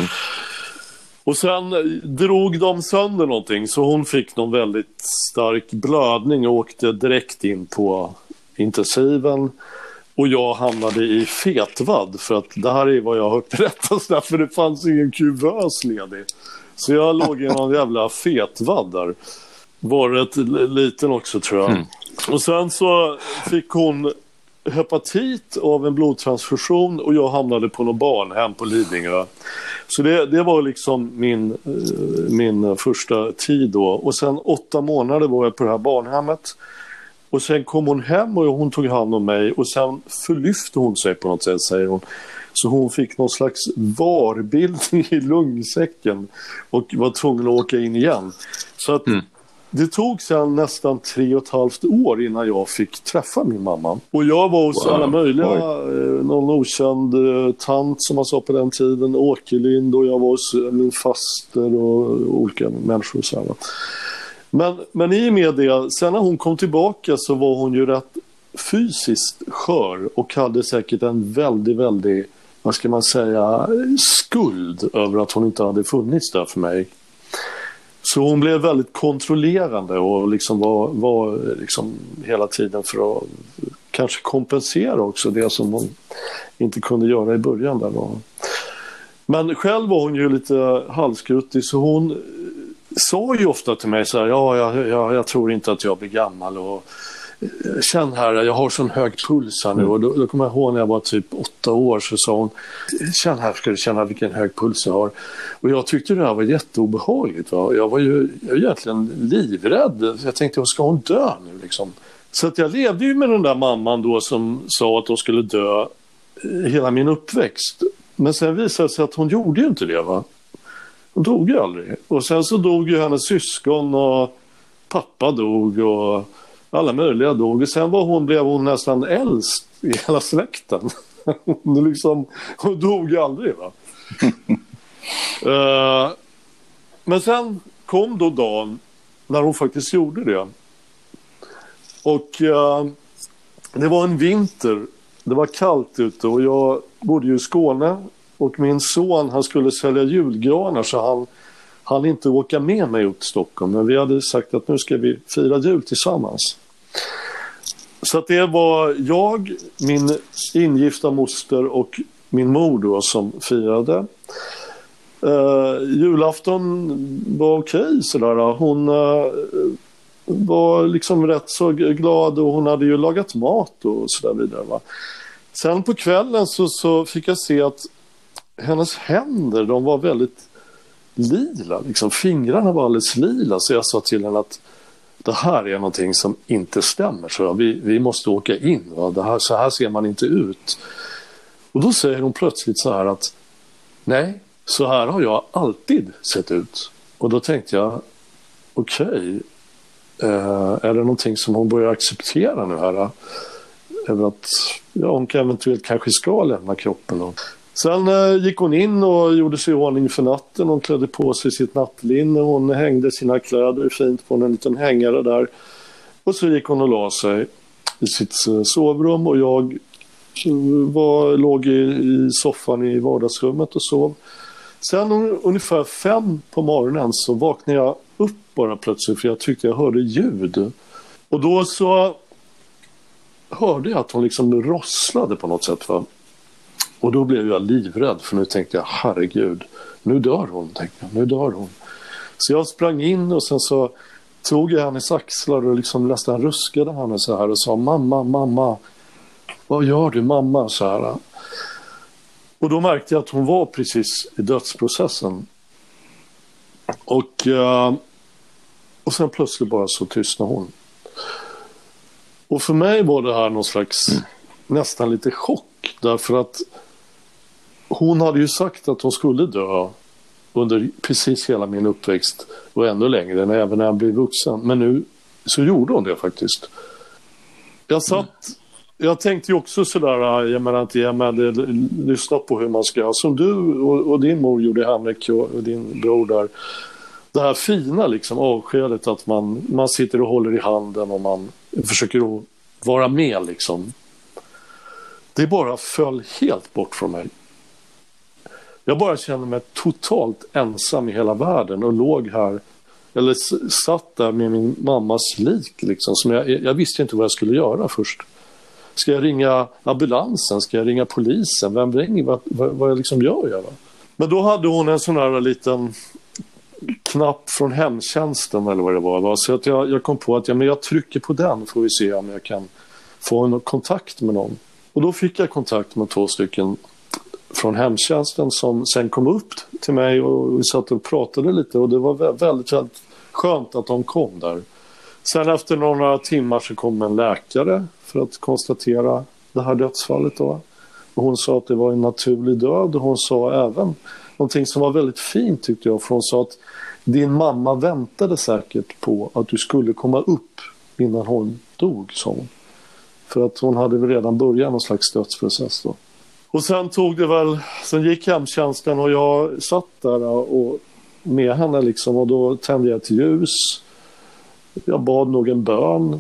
Och sen drog de sönder någonting, så hon fick någon väldigt stark blödning och åkte direkt in på intensiven. Och jag hamnade i fetvadd, för att det här är vad jag har hört berättas där, för det fanns ingen kuvös ledig. Så jag låg i någon jävla fetvadd där. Var rätt liten också, tror jag. Mm. Och sen så fick hon hepatit av en blodtransfusion och jag hamnade på något barnhem på Lidingö. Så det, det var liksom min, min första tid då. Och sen åtta månader var jag på det här barnhemmet. Och sen kom hon hem och hon tog hand om mig. Och sen förlyfte hon sig på något sätt, säger hon. Så hon fick någon slags varbildning i lungsäcken och var tvungen att åka in igen. Så att mm. det tog sedan nästan tre och ett halvt år innan jag fick träffa min mamma. Och jag var hos wow. alla möjliga, eh, någon okänd eh, tant som man sa på den tiden, Åkerlind, och jag var hos min faster och olika människor. Så här. Men, men i och med det, sen när hon kom tillbaka så var hon ju rätt fysiskt skör och hade säkert en väldigt, väldigt, vad ska man säga, skuld över att hon inte hade funnits där för mig. Så hon blev väldigt kontrollerande och liksom var, var liksom hela tiden för att kanske kompensera också det som hon inte kunde göra i början där då. Men själv var hon ju lite halskruttig, så hon sa ju ofta till mig så här: ja, jag, jag, jag tror inte att jag blir gammal, och känn här, jag har sån hög puls här nu. Och då, då kommer jag ihåg när jag var typ åtta år, så sa hon: känn här, ska du känna vilken hög puls jag har. Och jag tyckte det här var jätteobehagligt, va? Jag var ju jag var egentligen livrädd. Jag tänkte, ska hon dö nu liksom? Så att jag levde ju med den där mamman då som sa att hon skulle dö hela min uppväxt. Men sen visade det sig att hon gjorde ju inte det, va? Hon dog ju aldrig. Och sen så dog ju hennes syskon och pappa dog och alla möjliga dog. Och sen var hon, blev hon nästan äldst i hela släkten. Hon, liksom, hon dog ju aldrig, va? uh, men sen kom då dagen när hon faktiskt gjorde det. Och uh, det var en vinter. Det var kallt ute och jag bodde ju i Skåne. Och min son, han skulle sälja julgranar, så han han inte åka med mig upp till Stockholm. Men vi hade sagt att nu ska vi fira jul tillsammans. Så att det var jag, min ingifta moster och min mor då som firade. Uh, julafton var okej sådär. Hon uh, var liksom rätt så glad och hon hade ju lagat mat och sådär vidare, va. Sen på kvällen så, så fick jag se att hennes händer, de var väldigt lila, liksom fingrarna var alldeles lila, så jag sa till henne att det här är någonting som inte stämmer, så vi, vi måste åka in, va? Det här, så här ser man inte ut. Och då säger hon plötsligt så här att nej, så här har jag alltid sett ut. Och då tänkte jag, okej, okay, eh, är det någonting som hon börjar acceptera nu här? Över att ja, hon kan eventuellt kanske ska lämna kroppen. Och sen eh, gick hon in och gjorde sig i ordning för natten. Hon klädde på sig sitt nattlinne. Hon hängde sina kläder fint på en liten hängare där. Och så gick hon och la sig i sitt eh, sovrum. Och jag var, låg i, i soffan i vardagsrummet och sov. Sen un, ungefär fem på morgonen så vaknade jag upp bara plötsligt, för jag tyckte jag hörde ljud. Och då så hörde jag att hon liksom rosslade på något sätt, va? Och då blev jag livrädd, för nu tänkte jag, herregud, nu dör hon, tänkte jag, nu dör hon. Så jag sprang in och sen så tog jag hennes axlar och liksom nästan ruskade henne så här och sa, mamma, mamma, vad gör du, mamma, så här. Och då märkte jag att hon var precis i dödsprocessen. Och, uh, och sen plötsligt bara så tystnade hon. Och för mig var det här någon slags mm. nästan lite chock. Därför att hon hade ju sagt att hon skulle dö under precis hela min uppväxt och ännu längre, även när jag blev vuxen. Men nu så gjorde hon det faktiskt. Jag satt... Mm. Jag tänkte ju också sådär, jag menar inte, jag hade lyssnat på hur man ska göra. Som du och, och din mor gjorde, Henrik, och, och din bror där. Det här fina liksom, avskedet, att man, man sitter och håller i handen och man försöker att vara med liksom. Det bara föll helt bort från mig. Jag bara kände mig totalt ensam i hela världen och låg här, eller satt där med min mammas lik liksom. Som jag, jag visste inte vad jag skulle göra först. Ska jag ringa ambulansen? Ska jag ringa polisen? Vem ringer? Vad, vad, vad jag liksom gör jag? Va? Men då hade hon en sån här liten knapp från hemtjänsten eller vad det var. Va? Så att jag, jag kom på att ja, men jag trycker på den, får vi se om jag kan få en kontakt med någon. Och då fick jag kontakt med två stycken från hemtjänsten som sen kom upp till mig och vi satt och pratade lite. Och det var väldigt, väldigt skönt att de kom där. Sen efter några timmar så kom en läkare för att konstatera det här dödsfallet då. Och hon sa att det var en naturlig död, och hon sa även någonting som var väldigt fint, tyckte jag. För hon sa att din mamma väntade säkert på att du skulle komma upp innan hon dog, sa hon. För att hon hade väl redan börjat någon slags dödsprocess då. Och sen tog det väl, sen gick hemtjänsten och jag satt där och med henne liksom, och då tände jag ett ljus. Jag bad nog en bön.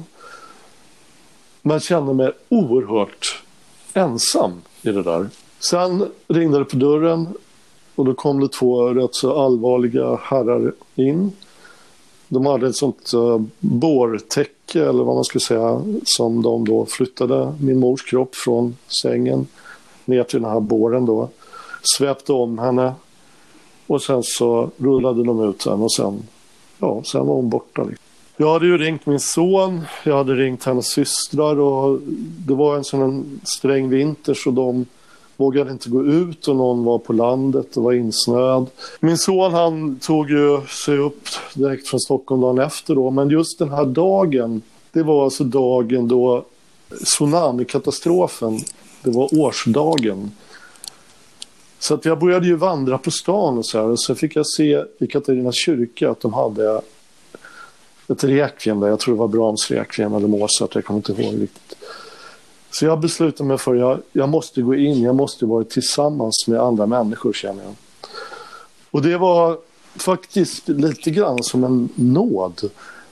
Man kände mig oerhört ensam i det där. Sen ringde det på dörren och då kom det två rätt så allvarliga herrar in. De hade ett sånt uh, bårtäcke eller vad man skulle säga, som de då flyttade min mors kropp från sängen ner till den här båren då. Sväpte om henne och sen så rullade de ut henne och sen, ja, sen var hon borta liksom. Jag hade ju ringt min son, jag hade ringt hennes systrar, och det var en sån en sträng vinter så de vågade inte gå ut och någon var på landet och var insnöad. Min son, han tog ju sig upp direkt från Stockholm dagen efter då, men just den här dagen, det var alltså dagen då tsunamikatastrofen, det var årsdagen. Så att jag började ju vandra på stan och så här, och så fick jag se i Katarina kyrka att de hade ett requiem där, jag tror det var Brahms requiem eller Mozart, jag kommer inte ihåg riktigt. Så jag beslutade mig för att jag, jag måste gå in, jag måste vara tillsammans med andra människor, känner jag. Och det var faktiskt lite grann som en nåd.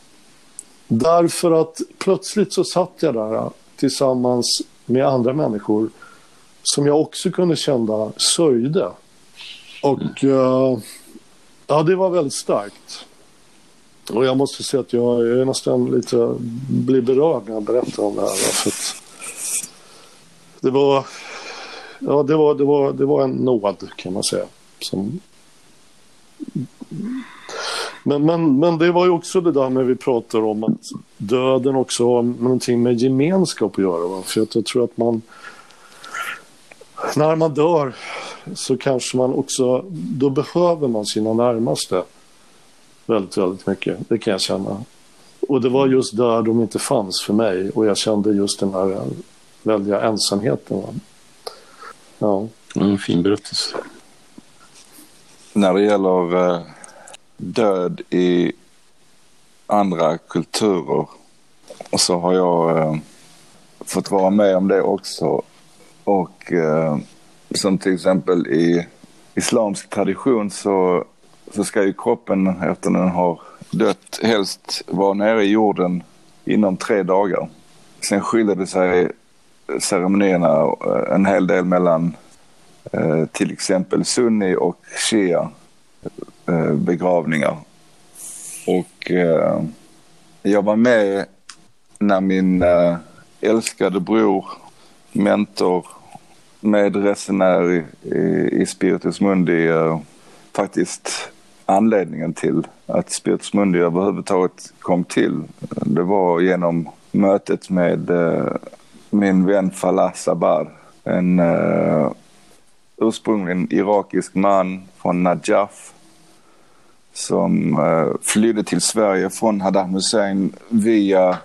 Därför att plötsligt så satt jag där tillsammans med andra människor som jag också kunde känna sörjde. Och uh, ja, det var väldigt starkt. Och jag måste säga att jag är nästan lite blir berörd när jag berättar om det här. För att det var, ja, det var, det var, det var en nåd, kan man säga. Som... Men, men, men det var ju också det där när vi pratar om att döden också har någonting med gemenskap att göra. Va? För att jag tror att man, när man dör så kanske man också, då behöver man sina närmaste väldigt, väldigt mycket. Det kan jag känna. Och det var just där de inte fanns för mig. Och jag kände just den här väldiga ensamheten. Va? Ja. En fin berättelse. När det gäller eh, död i andra kulturer så har jag eh, fått vara med om det också. Och eh, som till exempel i islamsk tradition så, så ska ju kroppen efter den har dött helst vara nere i jorden inom tre dagar. Sen skiljer det sig ceremonierna en hel del mellan eh, till exempel sunni och shia eh, begravningar. Och eh, jag var med när min eh, älskade bror, mentor, medresenär i, i, i Spiritus Mundi uh, faktiskt anledningen till att Spiritus Mundi överhuvudtaget kom till. Det var genom mötet med uh, min vän Falah Sabar, en uh, ursprungligen irakisk man från Najaf som uh, flydde till Sverige från Saddam Hussein via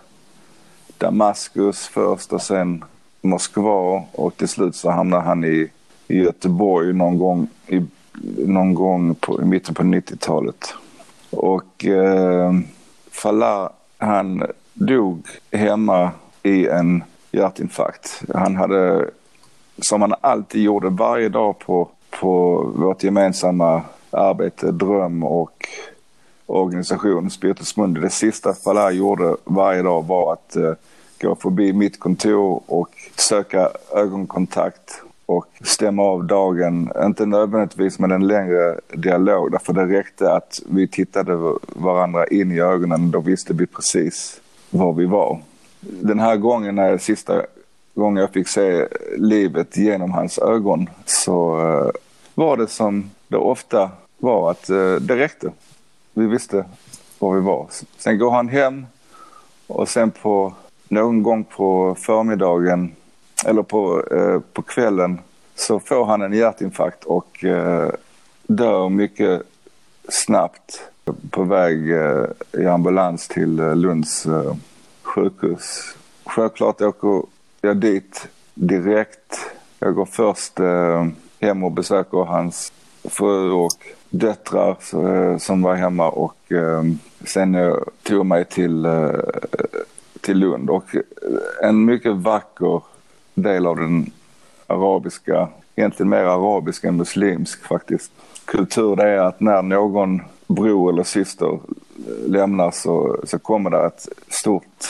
Damaskus först och sen Moskva, och till slut så hamnade han i, i Göteborg någon gång i, någon gång på, i mitten på nittiotalet. Och eh, Falah, han dog hemma i en hjärtinfarkt. Han hade, som han alltid gjorde varje dag på, på vårt gemensamma arbete, dröm och organisation Spiritus Mundi. Det sista Falah gjorde varje dag var att eh, gå förbi mitt kontor och söka ögonkontakt och stämma av dagen. Inte nödvändigtvis med en längre dialog, därför det räckte att vi tittade varandra in i ögonen. Då visste vi precis var vi var. Den här gången, när sista gången jag fick se livet genom hans ögon, så uh, var det som det ofta var, att uh, det räckte. Vi visste var vi var. Sen går han hem, och sen på någon gång på förmiddagen eller på, uh, på kvällen så får han en hjärtinfarkt och uh, dör mycket snabbt på väg uh, i ambulans till uh, Lunds uh, sjukhus. Självklart åker jag dit direkt. Jag går först eh, hem och besöker hans fru och döttrar eh, som var hemma, och eh, sen eh, tog mig till, eh, till Lund. Och en mycket vacker del av den arabiska, egentligen mer arabisk än muslimsk faktiskt, kultur, det är att när någon bror eller syster lämnar så, så kommer det ett stort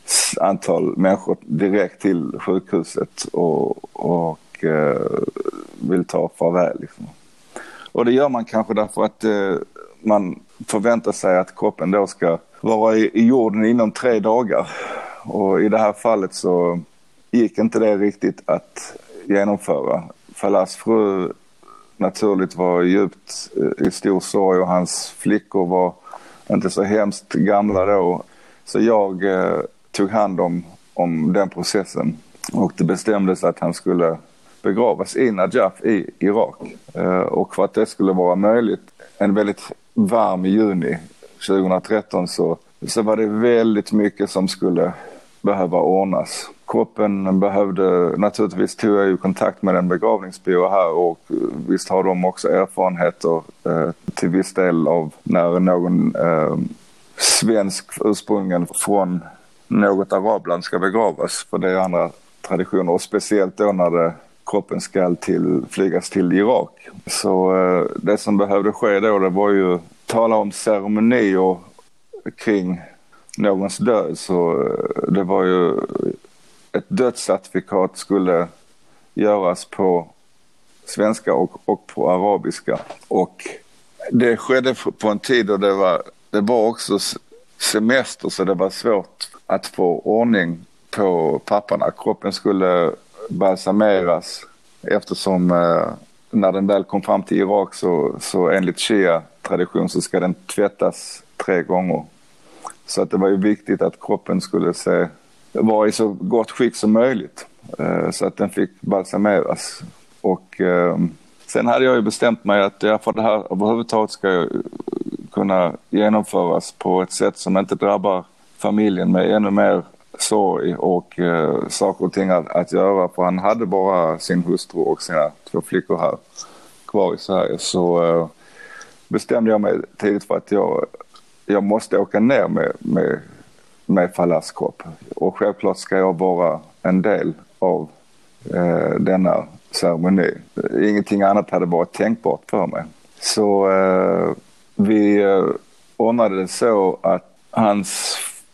antal människor direkt till sjukhuset och, och eh, vill ta farväl. Liksom. Och det gör man kanske därför att eh, man förväntar sig att kroppen då ska vara i, i jorden inom tre dagar. Och i det här fallet så gick inte det riktigt att genomföra. Falahs fru naturligt var djupt eh, i stor sorg, och hans flickor var inte så hemskt gamla då. Så jag eh, tog hand om, om den processen, och det bestämdes att han skulle begravas i Najaf i Irak. Eh, och för att det skulle vara möjligt, en väldigt varm juni tjugohundratretton, så, så var det väldigt mycket som skulle behöva ordnas. Kroppen behövde, naturligtvis tog jag ju kontakt med en begravningsbyrå här, och visst har de också erfarenheter eh, till viss del av när någon eh, svensk ursprungen från något arabland ska begravas, för det är andra traditioner, och speciellt då när det, kroppen ska till, flygas till Irak. Så eh, det som behövde ske då, det var ju tala om ceremonier kring någons död. Så eh, det var ju ett dödscertifikat skulle göras på svenska och, och på arabiska, och det skedde på en tid då det var, det var också semester, så det var svårt att få ordning på papperna. Kroppen skulle balsameras eftersom eh, när den väl kom fram till Irak så, så enligt Shia-tradition så ska den tvättas tre gånger. Så att det var ju viktigt att kroppen skulle se, vara i så gott skick som möjligt, eh, så att den fick balsameras. Och eh, sen hade jag ju bestämt mig att ja, för det här överhuvudtaget ska kunna genomföras på ett sätt som inte drabbar familjen med ännu mer sorg och eh, saker och ting att, att göra, för han hade bara sin hustru och sina två flickor här kvar i Sverige. Så eh, bestämde jag mig tidigt för att jag, jag måste åka ner med, med, med Falahs kropp, och självklart ska jag vara en del av eh, denna ceremoni. Ingenting annat hade varit tänkbart för mig. Så eh, vi eh, ordnade det så att hans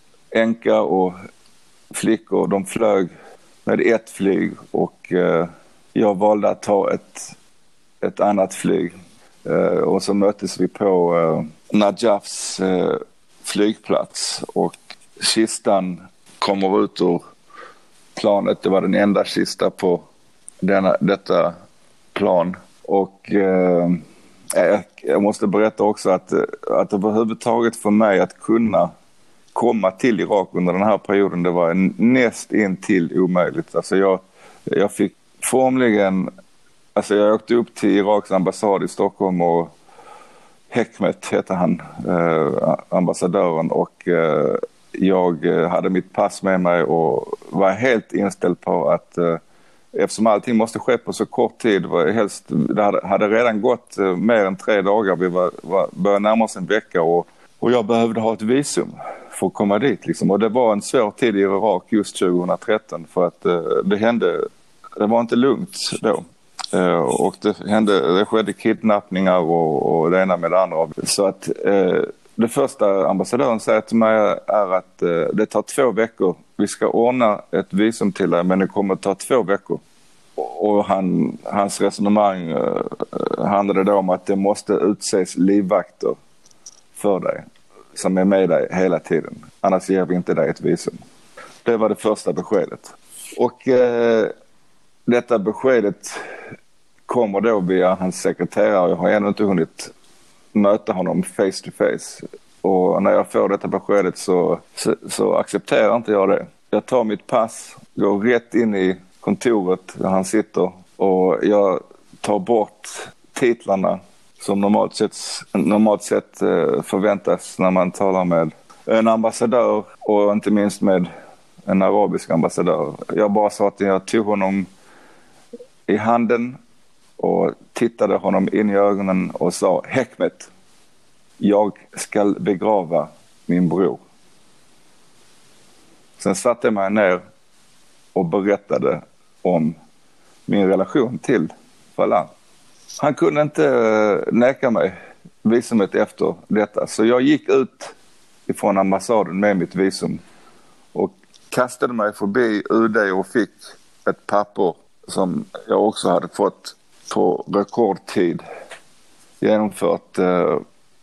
änka och flickor, de flög med ett flyg, och eh, jag valde att ta ett, ett annat flyg. Eh, och så möttes vi på eh, Najafs eh, flygplats, och kistan kommer ut ur planet. Det var den enda kista på denna, detta plan. Och eh, jag måste berätta också att, att överhuvudtaget för mig att kunna komma till Irak under den här perioden, det var näst intill omöjligt. Alltså jag, jag fick formligen, alltså jag åkte upp till Iraks ambassad i Stockholm och Hekmet heter han, eh, ambassadören, och eh, jag hade mitt pass med mig och var helt inställd på att eh, eftersom allting måste ske på så kort tid, var helst, det hade, hade redan gått eh, mer än tre dagar, vi var, var, började närma oss en vecka och, och jag behövde ha ett visum för att komma dit liksom. Och det var en svår tid i Irak just tjugohundratretton för att eh, det hände, det var inte lugnt då. Uh, och det hände, det skedde kidnappningar och, och det ena med det andra. Så att uh, det första ambassadören säger till mig är att uh, det tar två veckor. Vi ska ordna ett visum till dig, men det kommer att ta två veckor. Och, och han, hans resonemang uh, handlade då om att det måste utses livvakter för dig, som är med dig hela tiden. Annars ger vi inte dig ett visum. Det var det första beskedet. Och uh, detta beskedet kommer då via hans sekreterare. Jag har ännu inte hunnit möta honom face to face. Och när jag får detta beskedet så, så, så accepterar inte jag det. Jag tar mitt pass, går rätt in i kontoret där han sitter och jag tar bort titlarna som normalt sett, normalt sett förväntas när man talar med en ambassadör och inte minst med en arabisk ambassadör. Jag bara sa att jag tog honom i handen och tittade honom in i ögonen och sa: Hekmet, jag ska begrava min bror. Sen satte jag mig ner och berättade om min relation till Falah. Han kunde inte neka mig visumet efter detta, så jag gick ut ifrån ambassaden med mitt visum och kastade mig förbi U D och fick ett papper som jag också hade fått på rekordtid genomfört eh,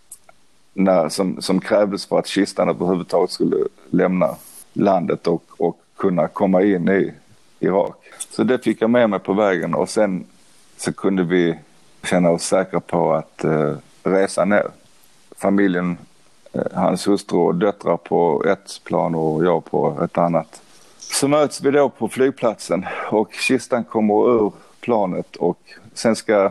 när, som, som krävdes för att kistan överhuvudtaget skulle lämna landet och, och kunna komma in i Irak. Så det fick jag med mig på vägen och sen så kunde vi känna oss säkra på att eh, resa ner. Familjen, eh, hans hustru och döttrar på ett plan och jag på ett annat. Så möts vi då på flygplatsen och kistan kommer ur planet och sen ska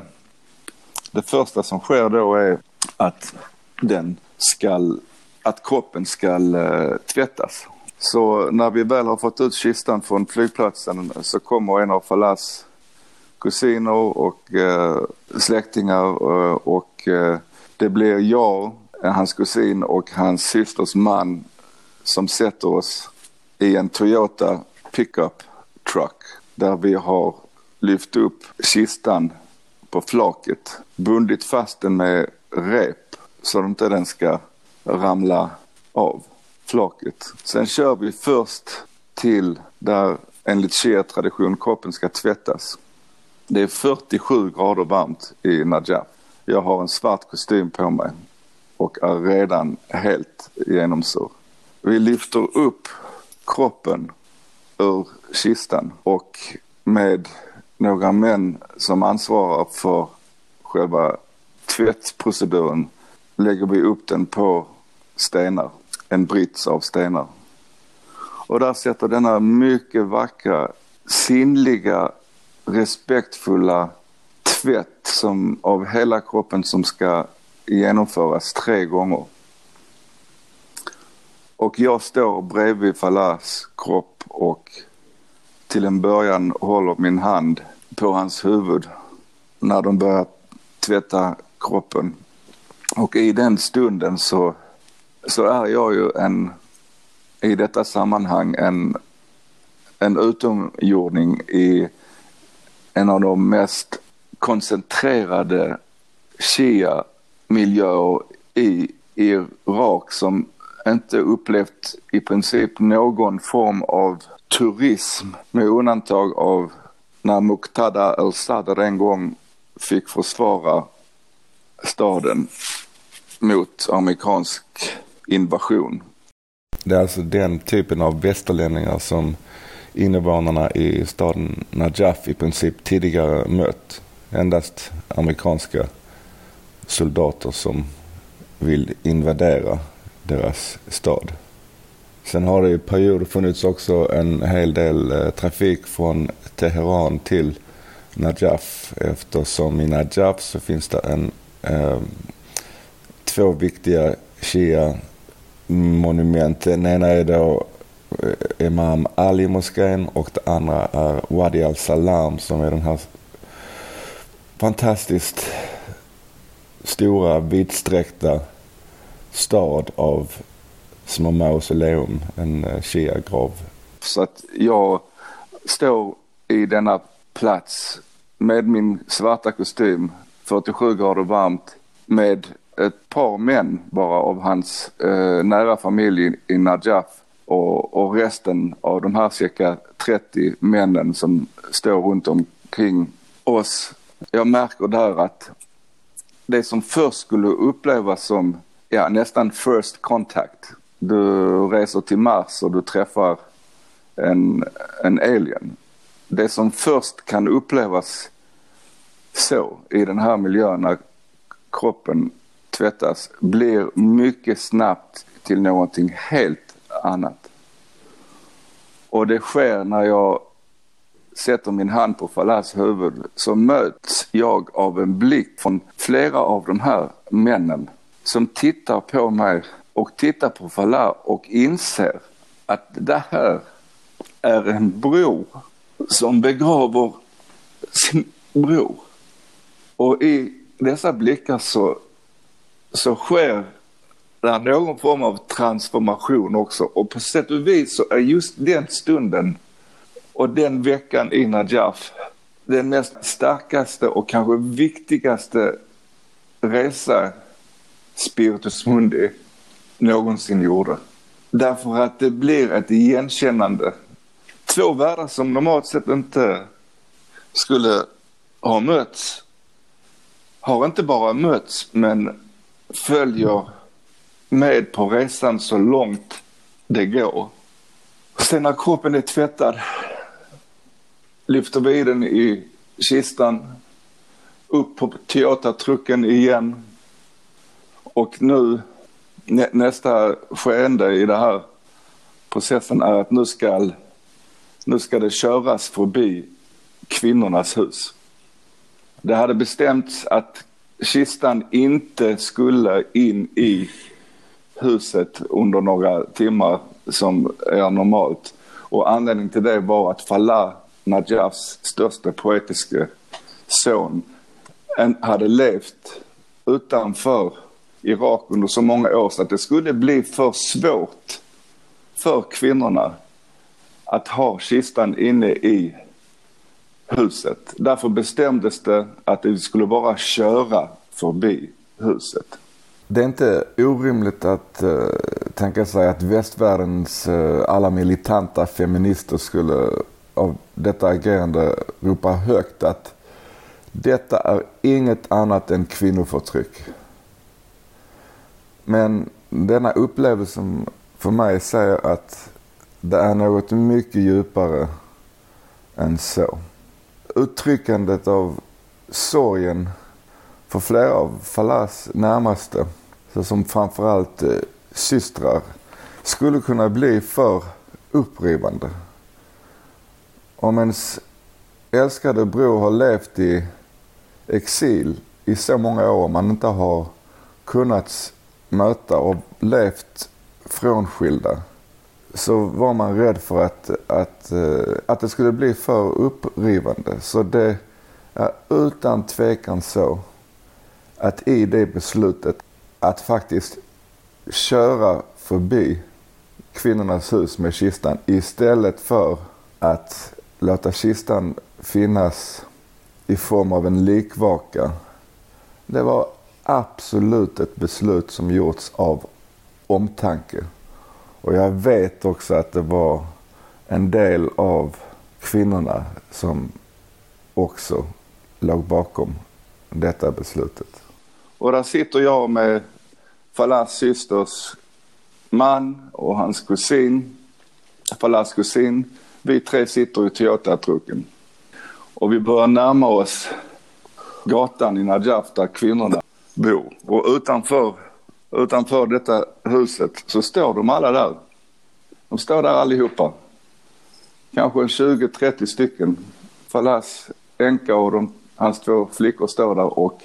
det första som sker då är att den ska, att kroppen ska uh, tvättas. Så när vi väl har fått ut kistan från flygplatsen så kommer en av Falahs kusiner och uh, släktingar uh, och uh, det blir jag, hans kusin och hans systers man som sätter oss i en Toyota pickup truck där vi har lyft upp kistan på flaket, bundit fast den med rep så att inte den ska ramla av flaket. Sen kör vi först till där enligt shia-tradition kroppen ska tvättas. Det är fyrtiosju grader varmt i Najaf. Jag har en svart kostym på mig och är redan helt genomsur. Vi lyfter upp kroppen ur kistan och med några män som ansvarar för själva tvättproceduren lägger vi upp den på stenar, en brits av stenar. Och där sätter denna mycket vackra, sinnliga, respektfulla tvätt som av hela kroppen som ska genomföras tre gånger. Och jag står bredvid Falahs kropp och till en början håller min hand på hans huvud när de börjar tvätta kroppen. Och i den stunden så, så är jag ju en, i detta sammanhang en, en utomjording i en av de mest koncentrerade shia-miljöer i Irak som inte upplevt i princip någon form av turism med undantag av när Muqtada al-Sadr en gång fick försvara staden mot amerikansk invasion. Det är alltså den typen av västerlänningar som invånarna i staden Najaf i princip tidigare mött. Endast amerikanska soldater som vill invadera deras stad. Sen har det i perioder funnits också en hel del eh, trafik från Teheran till Najaf, eftersom i Najaf så finns det en, eh, två viktiga Shia-monument. Den ena är då eh, Imam Ali-moskén och det andra är Wadi al-Salam, som är den här fantastiskt stora, vidsträckta stad av små mausoleum, en Shia-grav. Så att jag står i denna plats med min svarta kostym, fyrtiosju grader varmt, med ett par män bara av hans eh, nära familj i Najaf och, och resten av de här cirka trettio männen som står runt omkring oss. Jag märker där att det som först skulle upplevas som ja, nästan first contact. Du reser till Mars och du träffar en, en alien. Det som först kan upplevas så i den här miljön när kroppen tvättas blir mycket snabbt till någonting helt annat. Och det sker när jag sätter min hand på Falahs huvud, så möts jag av en blick från flera av de här männen som tittar på mig och tittar på Falah och inser att det här är en bror som begraver sin bror. Och i dessa blickar så, så sker det någon form av transformation också. Och på sätt och vis så är just den stunden och den veckan i Najaf den mest starkaste och kanske viktigaste resa Spiritus Mundi någonsin gjorde. Därför att det blir ett igenkännande. Två världar som normalt sett inte skulle ha mötts har inte bara mötts men följer med på resan så långt det går. Sen när kroppen är tvättad lyfter vi den i kistan upp på Toyota-trucken igen. Och nu nä, nästa skeende i den här processen är att nu ska, nu ska det köras förbi kvinnornas hus. Det hade bestämts att kistan inte skulle in i huset under några timmar som är normalt. Och anledningen till det var att Falah, Najafs största poetiska son, hade levt utanför Irak under så många år så att det skulle bli för svårt för kvinnorna att ha kistan inne i huset. Därför bestämdes det att det skulle bara köra förbi huset. Det är inte orimligt att uh, tänka sig att västvärldens uh, alla militanta feminister skulle av detta agerande ropa högt att detta är inget annat än kvinnoförtryck. Men denna upplevelse för mig säger att det är något mycket djupare än så. Uttryckandet av sorgen för flera av Falahs närmaste, såsom framförallt eh, systrar, skulle kunna bli för upprivande. Om ens älskade bror har levt i exil i så många år man inte har kunnat möta och levt frånskilda, så var man rädd för att, att, att det skulle bli för upprivande. Så det är utan tvekan så att i det beslutet att faktiskt köra förbi kvinnornas hus med kistan istället för att låta kistan finnas i form av en likvaka, det var absolut ett beslut som gjorts av omtanke. Och jag vet också att det var en del av kvinnorna som också låg bakom detta beslutet. Och där sitter jag med Falahs systers man och hans kusin, Falahs kusin, Vi tre sitter i Toyota-trucken. Och vi börjar närma oss gatan i Najaf där kvinnorna bor. Och utanför, utanför detta huset så står de alla där. De står där allihopa. Kanske tjugo trettio stycken. Falas, Enka och de, hans två flickor står där och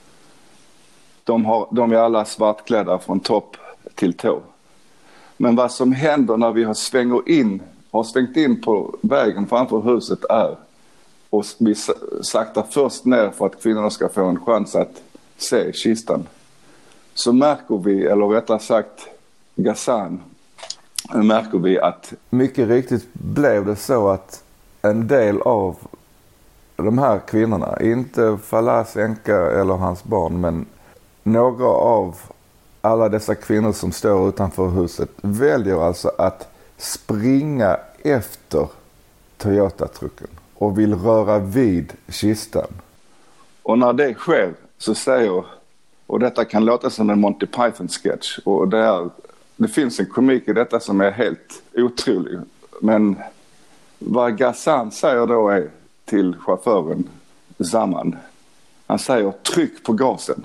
de, har, de är alla svartklädda från topp till tå. Men vad som händer när vi har, svänger in, har svängt in på vägen framför huset är, och vi saktar först ner för att kvinnorna ska få en chans att se kistan, så märker vi, eller rättare sagt Ghassan, märker vi att mycket riktigt blev det så att en del av de här kvinnorna, inte Falas, Enka eller hans barn, men några av alla dessa kvinnor som står utanför huset väljer alltså att springa efter Toyota-trucken och vill röra vid kistan. Och när det sker så säger, och detta kan låta som en Monty Python-sketch, och det, är, det finns en komik i detta som är helt otrolig. Men vad Ghassan säger då är till chauffören Zaman, han säger tryck på gasen.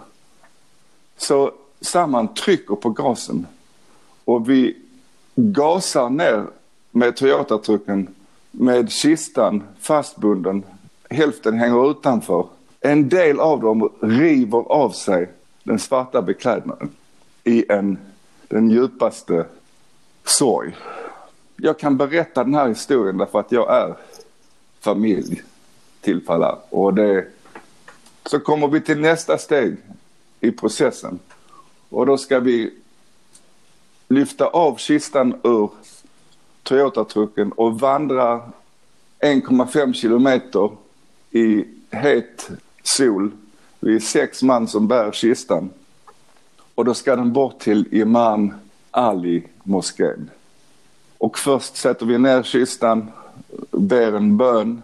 Så Zaman trycker på gasen och vi gasar ner med Toyota-trucken med kistan fastbunden. Hälften hänger utanför. En del av dem river av sig den svarta beklädnaden i en, den djupaste sorg. Jag kan berätta den här historien därför att jag är familj till Falah. Och det, så kommer vi till nästa steg i processen. Och då ska vi lyfta av kistan ur Toyota-trucken och vandra en komma fem kilometer i het sol. Vi är sex man som bär kistan. Och då ska den bort till Imam Ali-moskén. Och först sätter vi ner kistan, ber en bön.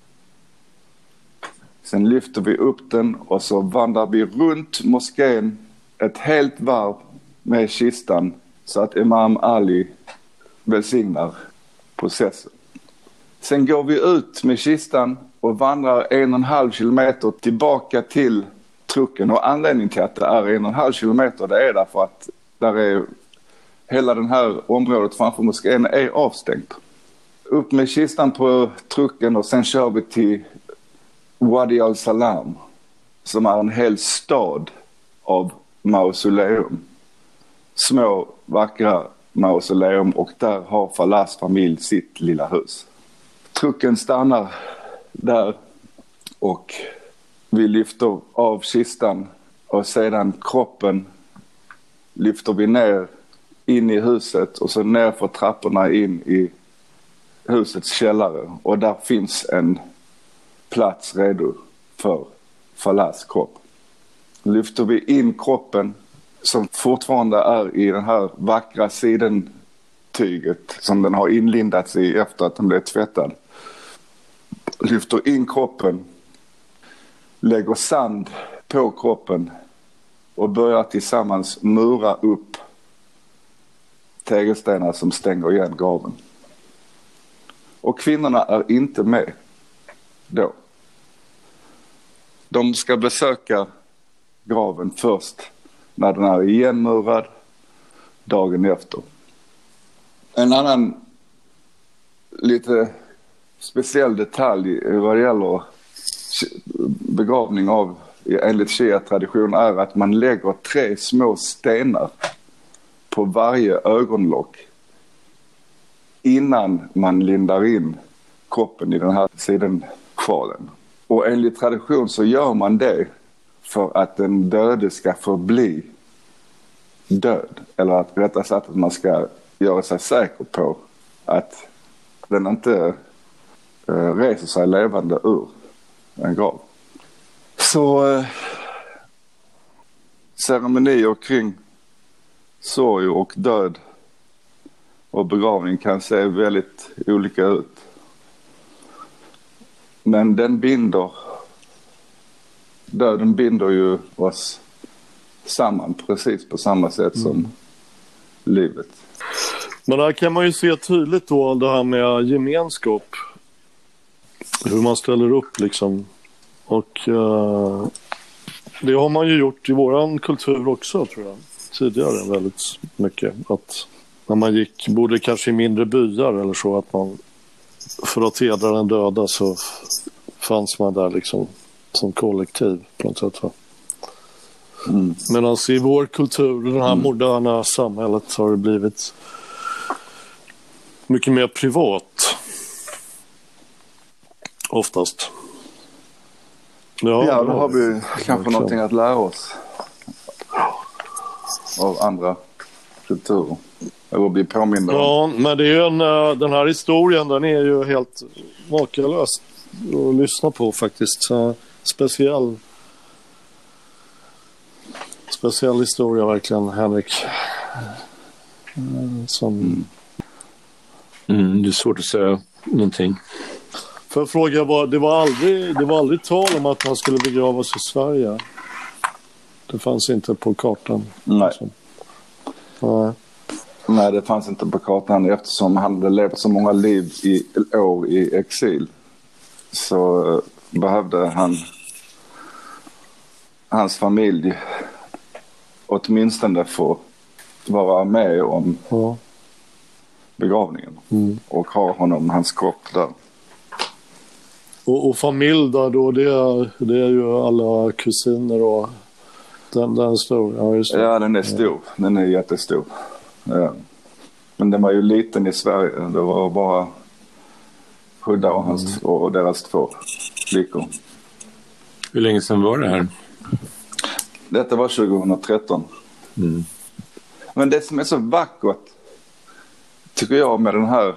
Sen lyfter vi upp den och så vandrar vi runt moskén ett helt varv med kistan så att Imam Ali välsignar processen. Sen går vi ut med kistan och vandrar en och en halv kilometer tillbaka till trucken. Och anledningen till att det är en och en halv kilometer, det är därför att där är hela den här området framför moskén är avstängt. Upp med kistan på trucken och sen kör vi till Wadi al-Salam som är en hel stad av mausoleum. Små vackra mausoleum, och där har Falahs familj sitt lilla hus. Trucken stannar där och vi lyfter av kistan och sedan kroppen lyfter vi ner in i huset och så ner för trapporna in i husets källare, och där finns en plats redo för Falahs kropp. Lyfter vi in kroppen som fortfarande är i den här vackra sidentyget som den har inlindats i efter att den blev tvättad. Lyfter in kroppen, lägger sand på kroppen och börjar tillsammans mura upp tegelstenar som stänger igen graven. Och kvinnorna är inte med då. De ska besöka graven först när den är igenmurad dagen efter. En annan lite speciell detalj vad det gäller begravning av enligt shia-tradition är att man lägger tre små stenar på varje ögonlock innan man lindar in kroppen i den här sidenkvalen. Och enligt tradition så gör man det för att den döde ska förbli död. Eller att rättare sagt att man ska göra sig säker på att den inte eh, reser sig levande ur en grav. Så eh, ceremonier kring sorg och död och begravning kan se väldigt olika ut. Men den binder, döden binder ju oss samman precis på samma sätt som mm. livet. Men där kan man ju se tydligt då det här med gemenskap. Hur man ställer upp liksom. Och uh, det har man ju gjort i våran kultur också, tror jag. Tidigare väldigt mycket. Att när man gick, bodde kanske i mindre byar eller så, att man för att hedra den döda så fanns man där liksom som kollektiv på något sätt. Va? Mm. Medan i vår kultur, det här moderna samhället, har det blivit mycket mer privat. Oftast. Ja, ja, då har vi kanske någonting att lära oss av andra kulturer. Eller bli påminda om. Ja, men det är ju en, den här historien, den är ju helt makalös att lyssna på faktiskt. Så speciell speciell historia verkligen, Henrik. Som... Mm. Mm, det är svårt att säga någonting. För att fråga, var, det, var aldrig, det var aldrig tal om att han skulle begravas i Sverige. Det fanns inte på kartan. Nej. Liksom. Nej. Nej, det fanns inte på kartan eftersom han hade levt så många liv i år i exil. Så behövde han hans familj åtminstone få vara med om ja. begravningen. Mm. Och ha honom, hans kropp där. Och, och familj där då, det är, det är ju alla kusiner och den, den är stor. Ja, just det. Ja, den är stor. Ja. Den är jättestor. Ja. Men den var ju liten i Sverige. Det var bara Hudda och, hans, mm. och deras två flickor. Hur länge sedan var det här? Detta var tjugohundratretton. Mm. Men det som är så vackert, tycker jag, med den här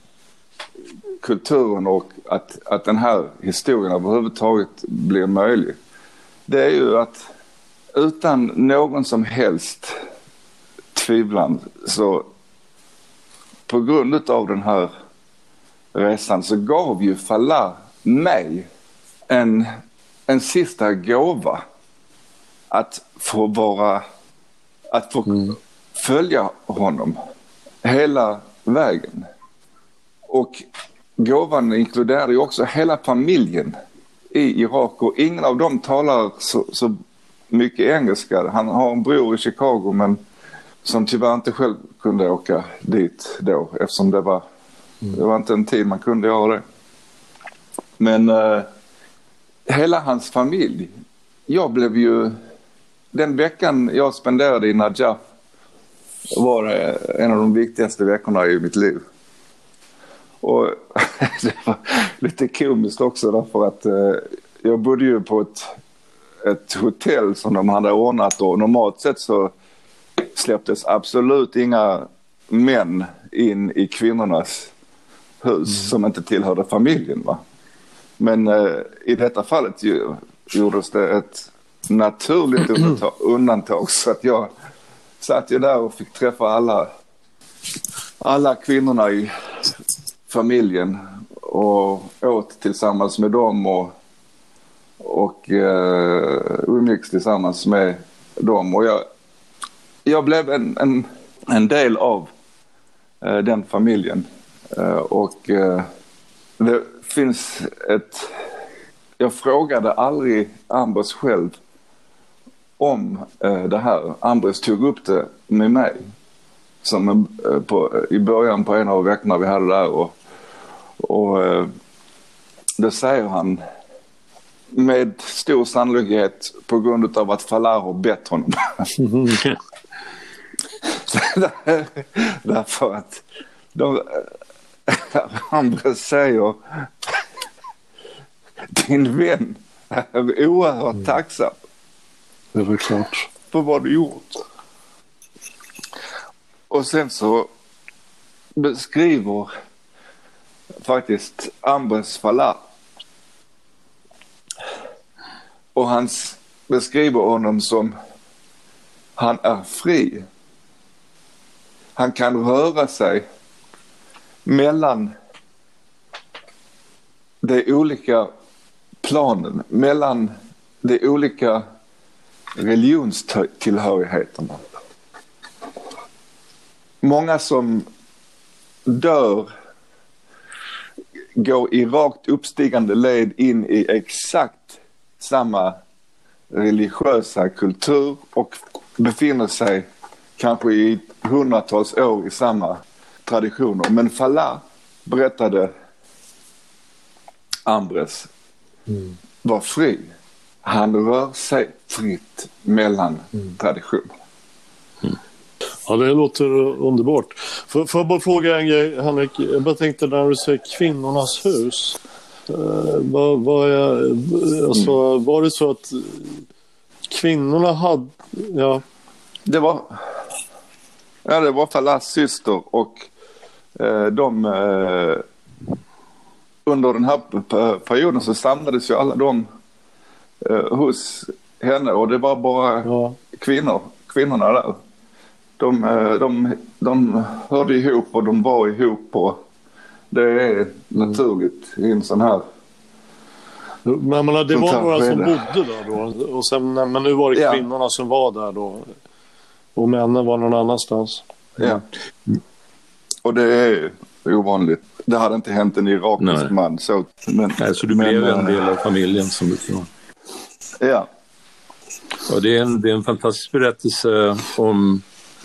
kulturen och att, att den här historien överhuvudtaget blir möjlig, det är ju att utan någon som helst tvivlan, så på grund av den här resan så gav ju Falah mig en, en sista gåva att få vara, att få mm. följa honom hela vägen. Och gåvan inkluderade ju också hela familjen i Irak, och ingen av dem talar så, så mycket engelska. Han har en bror i Chicago, men som tyvärr inte själv kunde åka dit då, eftersom det var, mm. det var inte en tid man kunde göra det. Men eh, hela hans familj, jag blev ju, den veckan jag spenderade i Najaf var en av de viktigaste veckorna i mitt liv. Och det var lite komiskt också, därför att eh, jag bodde ju på ett, ett hotell som de hade ordnat, och normalt sett så släpptes absolut inga män in i kvinnornas hus mm. som inte tillhörde familjen, va? Men eh, i detta fallet ju, gjordes det ett naturligt undantag, undantag, så att jag satt ju där och fick träffa alla alla kvinnorna i familjen och åt tillsammans med dem och och eh, umgicks tillsammans med dem, och jag jag blev en en, en del av eh, den familjen, eh, och eh, det finns ett, jag frågade aldrig Ambros själv om eh, det här. Ambros tog upp det med mig som en, eh, på, i början på en av veckorna vi hade där, och, och eh, det säger han med stor sannolikhet på grund av att Falah har bett honom. Därför att de, Ambros säger din vän är oerhört mm. tacksam. Det var klart. För vad du gjort. Och sen så beskriver faktiskt Ambros Falah, och han beskriver honom som han är fri. Han kan röra sig mellan de olika planen, mellan de olika religionstillhörigheterna. Många som dör, går i rakt uppstigande led in i exakt samma religiösa kultur och befinner sig kanske i hundratals år i samma traditioner. Men Falah, berättade Ambres, mm. var fri. Han rör sig fritt mellan mm. traditioner. Mm. Ja, det låter underbart. Får jag bara fråga en grej, Henrik? Jag bara tänkte när du säger kvinnornas hus. Uh, vad, vad är, alltså, mm. var det så att kvinnorna hade... Ja. Det var... Ja, det var Falahs syster och eh, de... Eh, under den här perioden så samlades ju alla de eh, hos henne och det var bara ja. kvinnor, kvinnorna där. De, de, de hörde ihop och de var ihop och det är naturligt i en sån här. Men, men det var några som bodde där då och sen, men nu var det ja. kvinnorna som var där då och männen var någon annanstans. Ja. Och det är ovanligt. Det hade inte hänt en irakisk man. Så, men, Nej, så du men, blev en del av familjen som du sa. Ja. Och det är en, det är en fantastisk berättelse om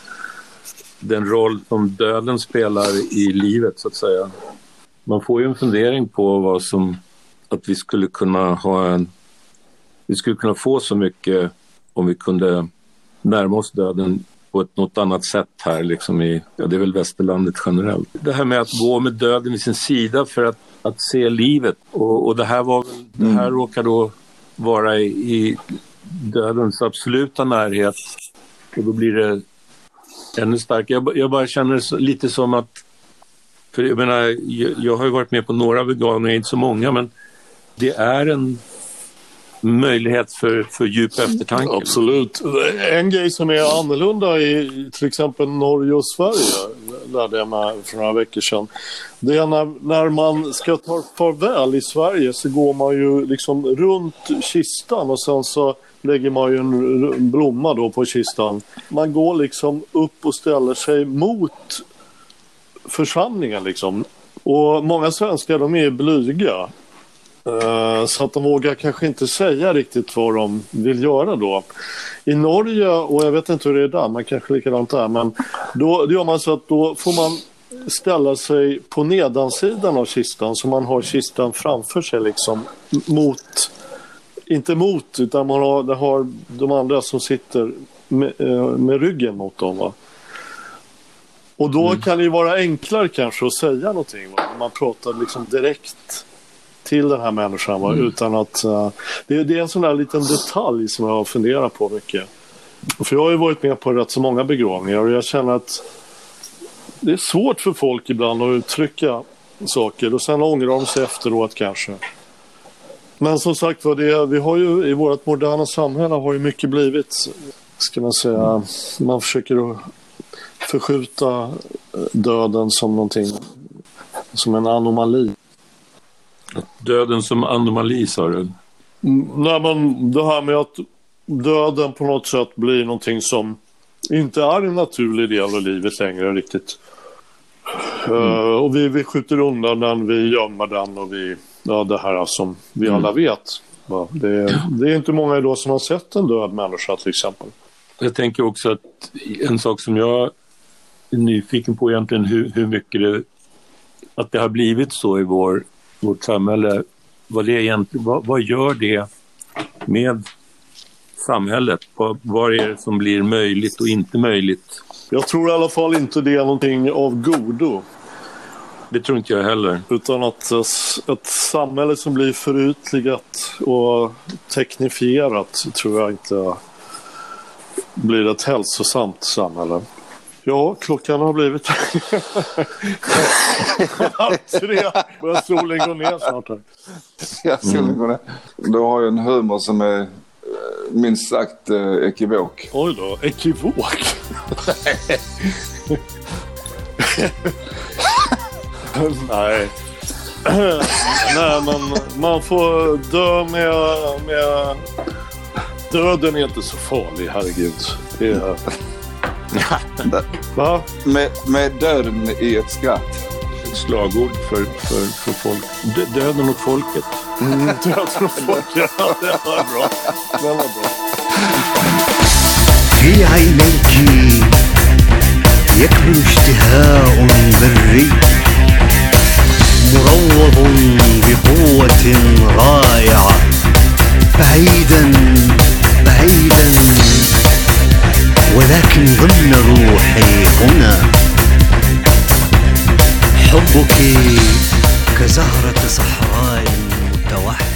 den roll som döden spelar i livet så att säga. Man får ju en fundering på vad som att vi skulle kunna ha en vi skulle kunna få så mycket om vi kunde närma oss döden på ett något annat sätt här liksom i, ja det är väl västerlandet generellt. Det här med att gå med döden vid sin sida för att, att se livet och, och det här var väl, det här mm. råkar då vara i, i dödens absoluta närhet och då blir det ännu starkare. Jag, jag bara känner så, lite som att för jag menar, jag, jag har ju varit med på några veganer, inte så många, men det är en möjlighet för, för djup eftertanke. Absolut. En grej som är annorlunda i till exempel Norge och Sverige lärde jag mig för några veckor sedan. Det är när, när man ska ta farväl i Sverige så går man ju liksom runt kistan och sen så lägger man ju en blomma då på kistan. Man går liksom upp och ställer sig mot församlingen liksom. Och många svenskar de är blyga. Uh, så att de vågar kanske inte säga riktigt vad de vill göra då. I Norge, och jag vet inte hur det är där, man kanske likadant där, men då, då gör man så att då får man ställa sig på nedansidan av kistan så man har kistan framför sig liksom mot, inte mot, utan man har, det har de andra som sitter med, med ryggen mot dem va. Och då mm. kan det ju vara enklare kanske att säga någonting va? Man pratar liksom direkt till den här människan va? Mm. Utan att uh, det, det är en sån där liten detalj som jag har funderat på mycket. För jag har ju varit med på rätt så många begravningar och jag känner att det är svårt för folk ibland att uttrycka saker och sen ångrar de sig efteråt kanske. Men som sagt var det, vi har ju i vårt moderna samhälle har ju mycket blivit, ska man säga, man försöker att förskjuta döden som någonting, som en anomali. Döden som anomali, sa du? Nej, men det här med att döden på något sätt blir någonting som inte är en naturlig del av livet längre riktigt. Mm. Uh, och vi, vi skjuter undan den, vi gömmer den och vi, ja, det här som vi mm. alla vet. Va? Det, är, det är inte många idag som har sett en död människa till exempel. Jag tänker också att en sak som jag är nyfiken på egentligen hur, hur mycket det, att det har blivit så i vår, vårt samhälle. Vad, det egentligen, vad, vad gör det med samhället? Vad, vad är det som blir möjligt och inte möjligt? Jag tror i alla fall inte det är någonting av godo. Det tror inte jag heller. Utan att ett samhälle som blir förytligat och teknifierat tror jag inte blir ett hälsosamt samhälle. Ja, klockan har blivit tre. Börjar solen gå ner snart här. Ja, solen går ner. Du har ju en humor som är minst sagt eh, ekivok. Oj då, ekivok? Nej. Nej, men man får dö med, med... Döden är inte så farlig, herregud. Det är... Va? Med, med döden i ett skratt. Ett slagord för, för, för folk. Dö, döden och folket. Mm, döden och folket. Ja, det var bra. Det var bra. في عينيك يكمن اشتهاء بري مروض بقوة رائعة بعيدا بعيدا ولكن ضمن روحي هنا حبك كزهرة صحراء متوحدة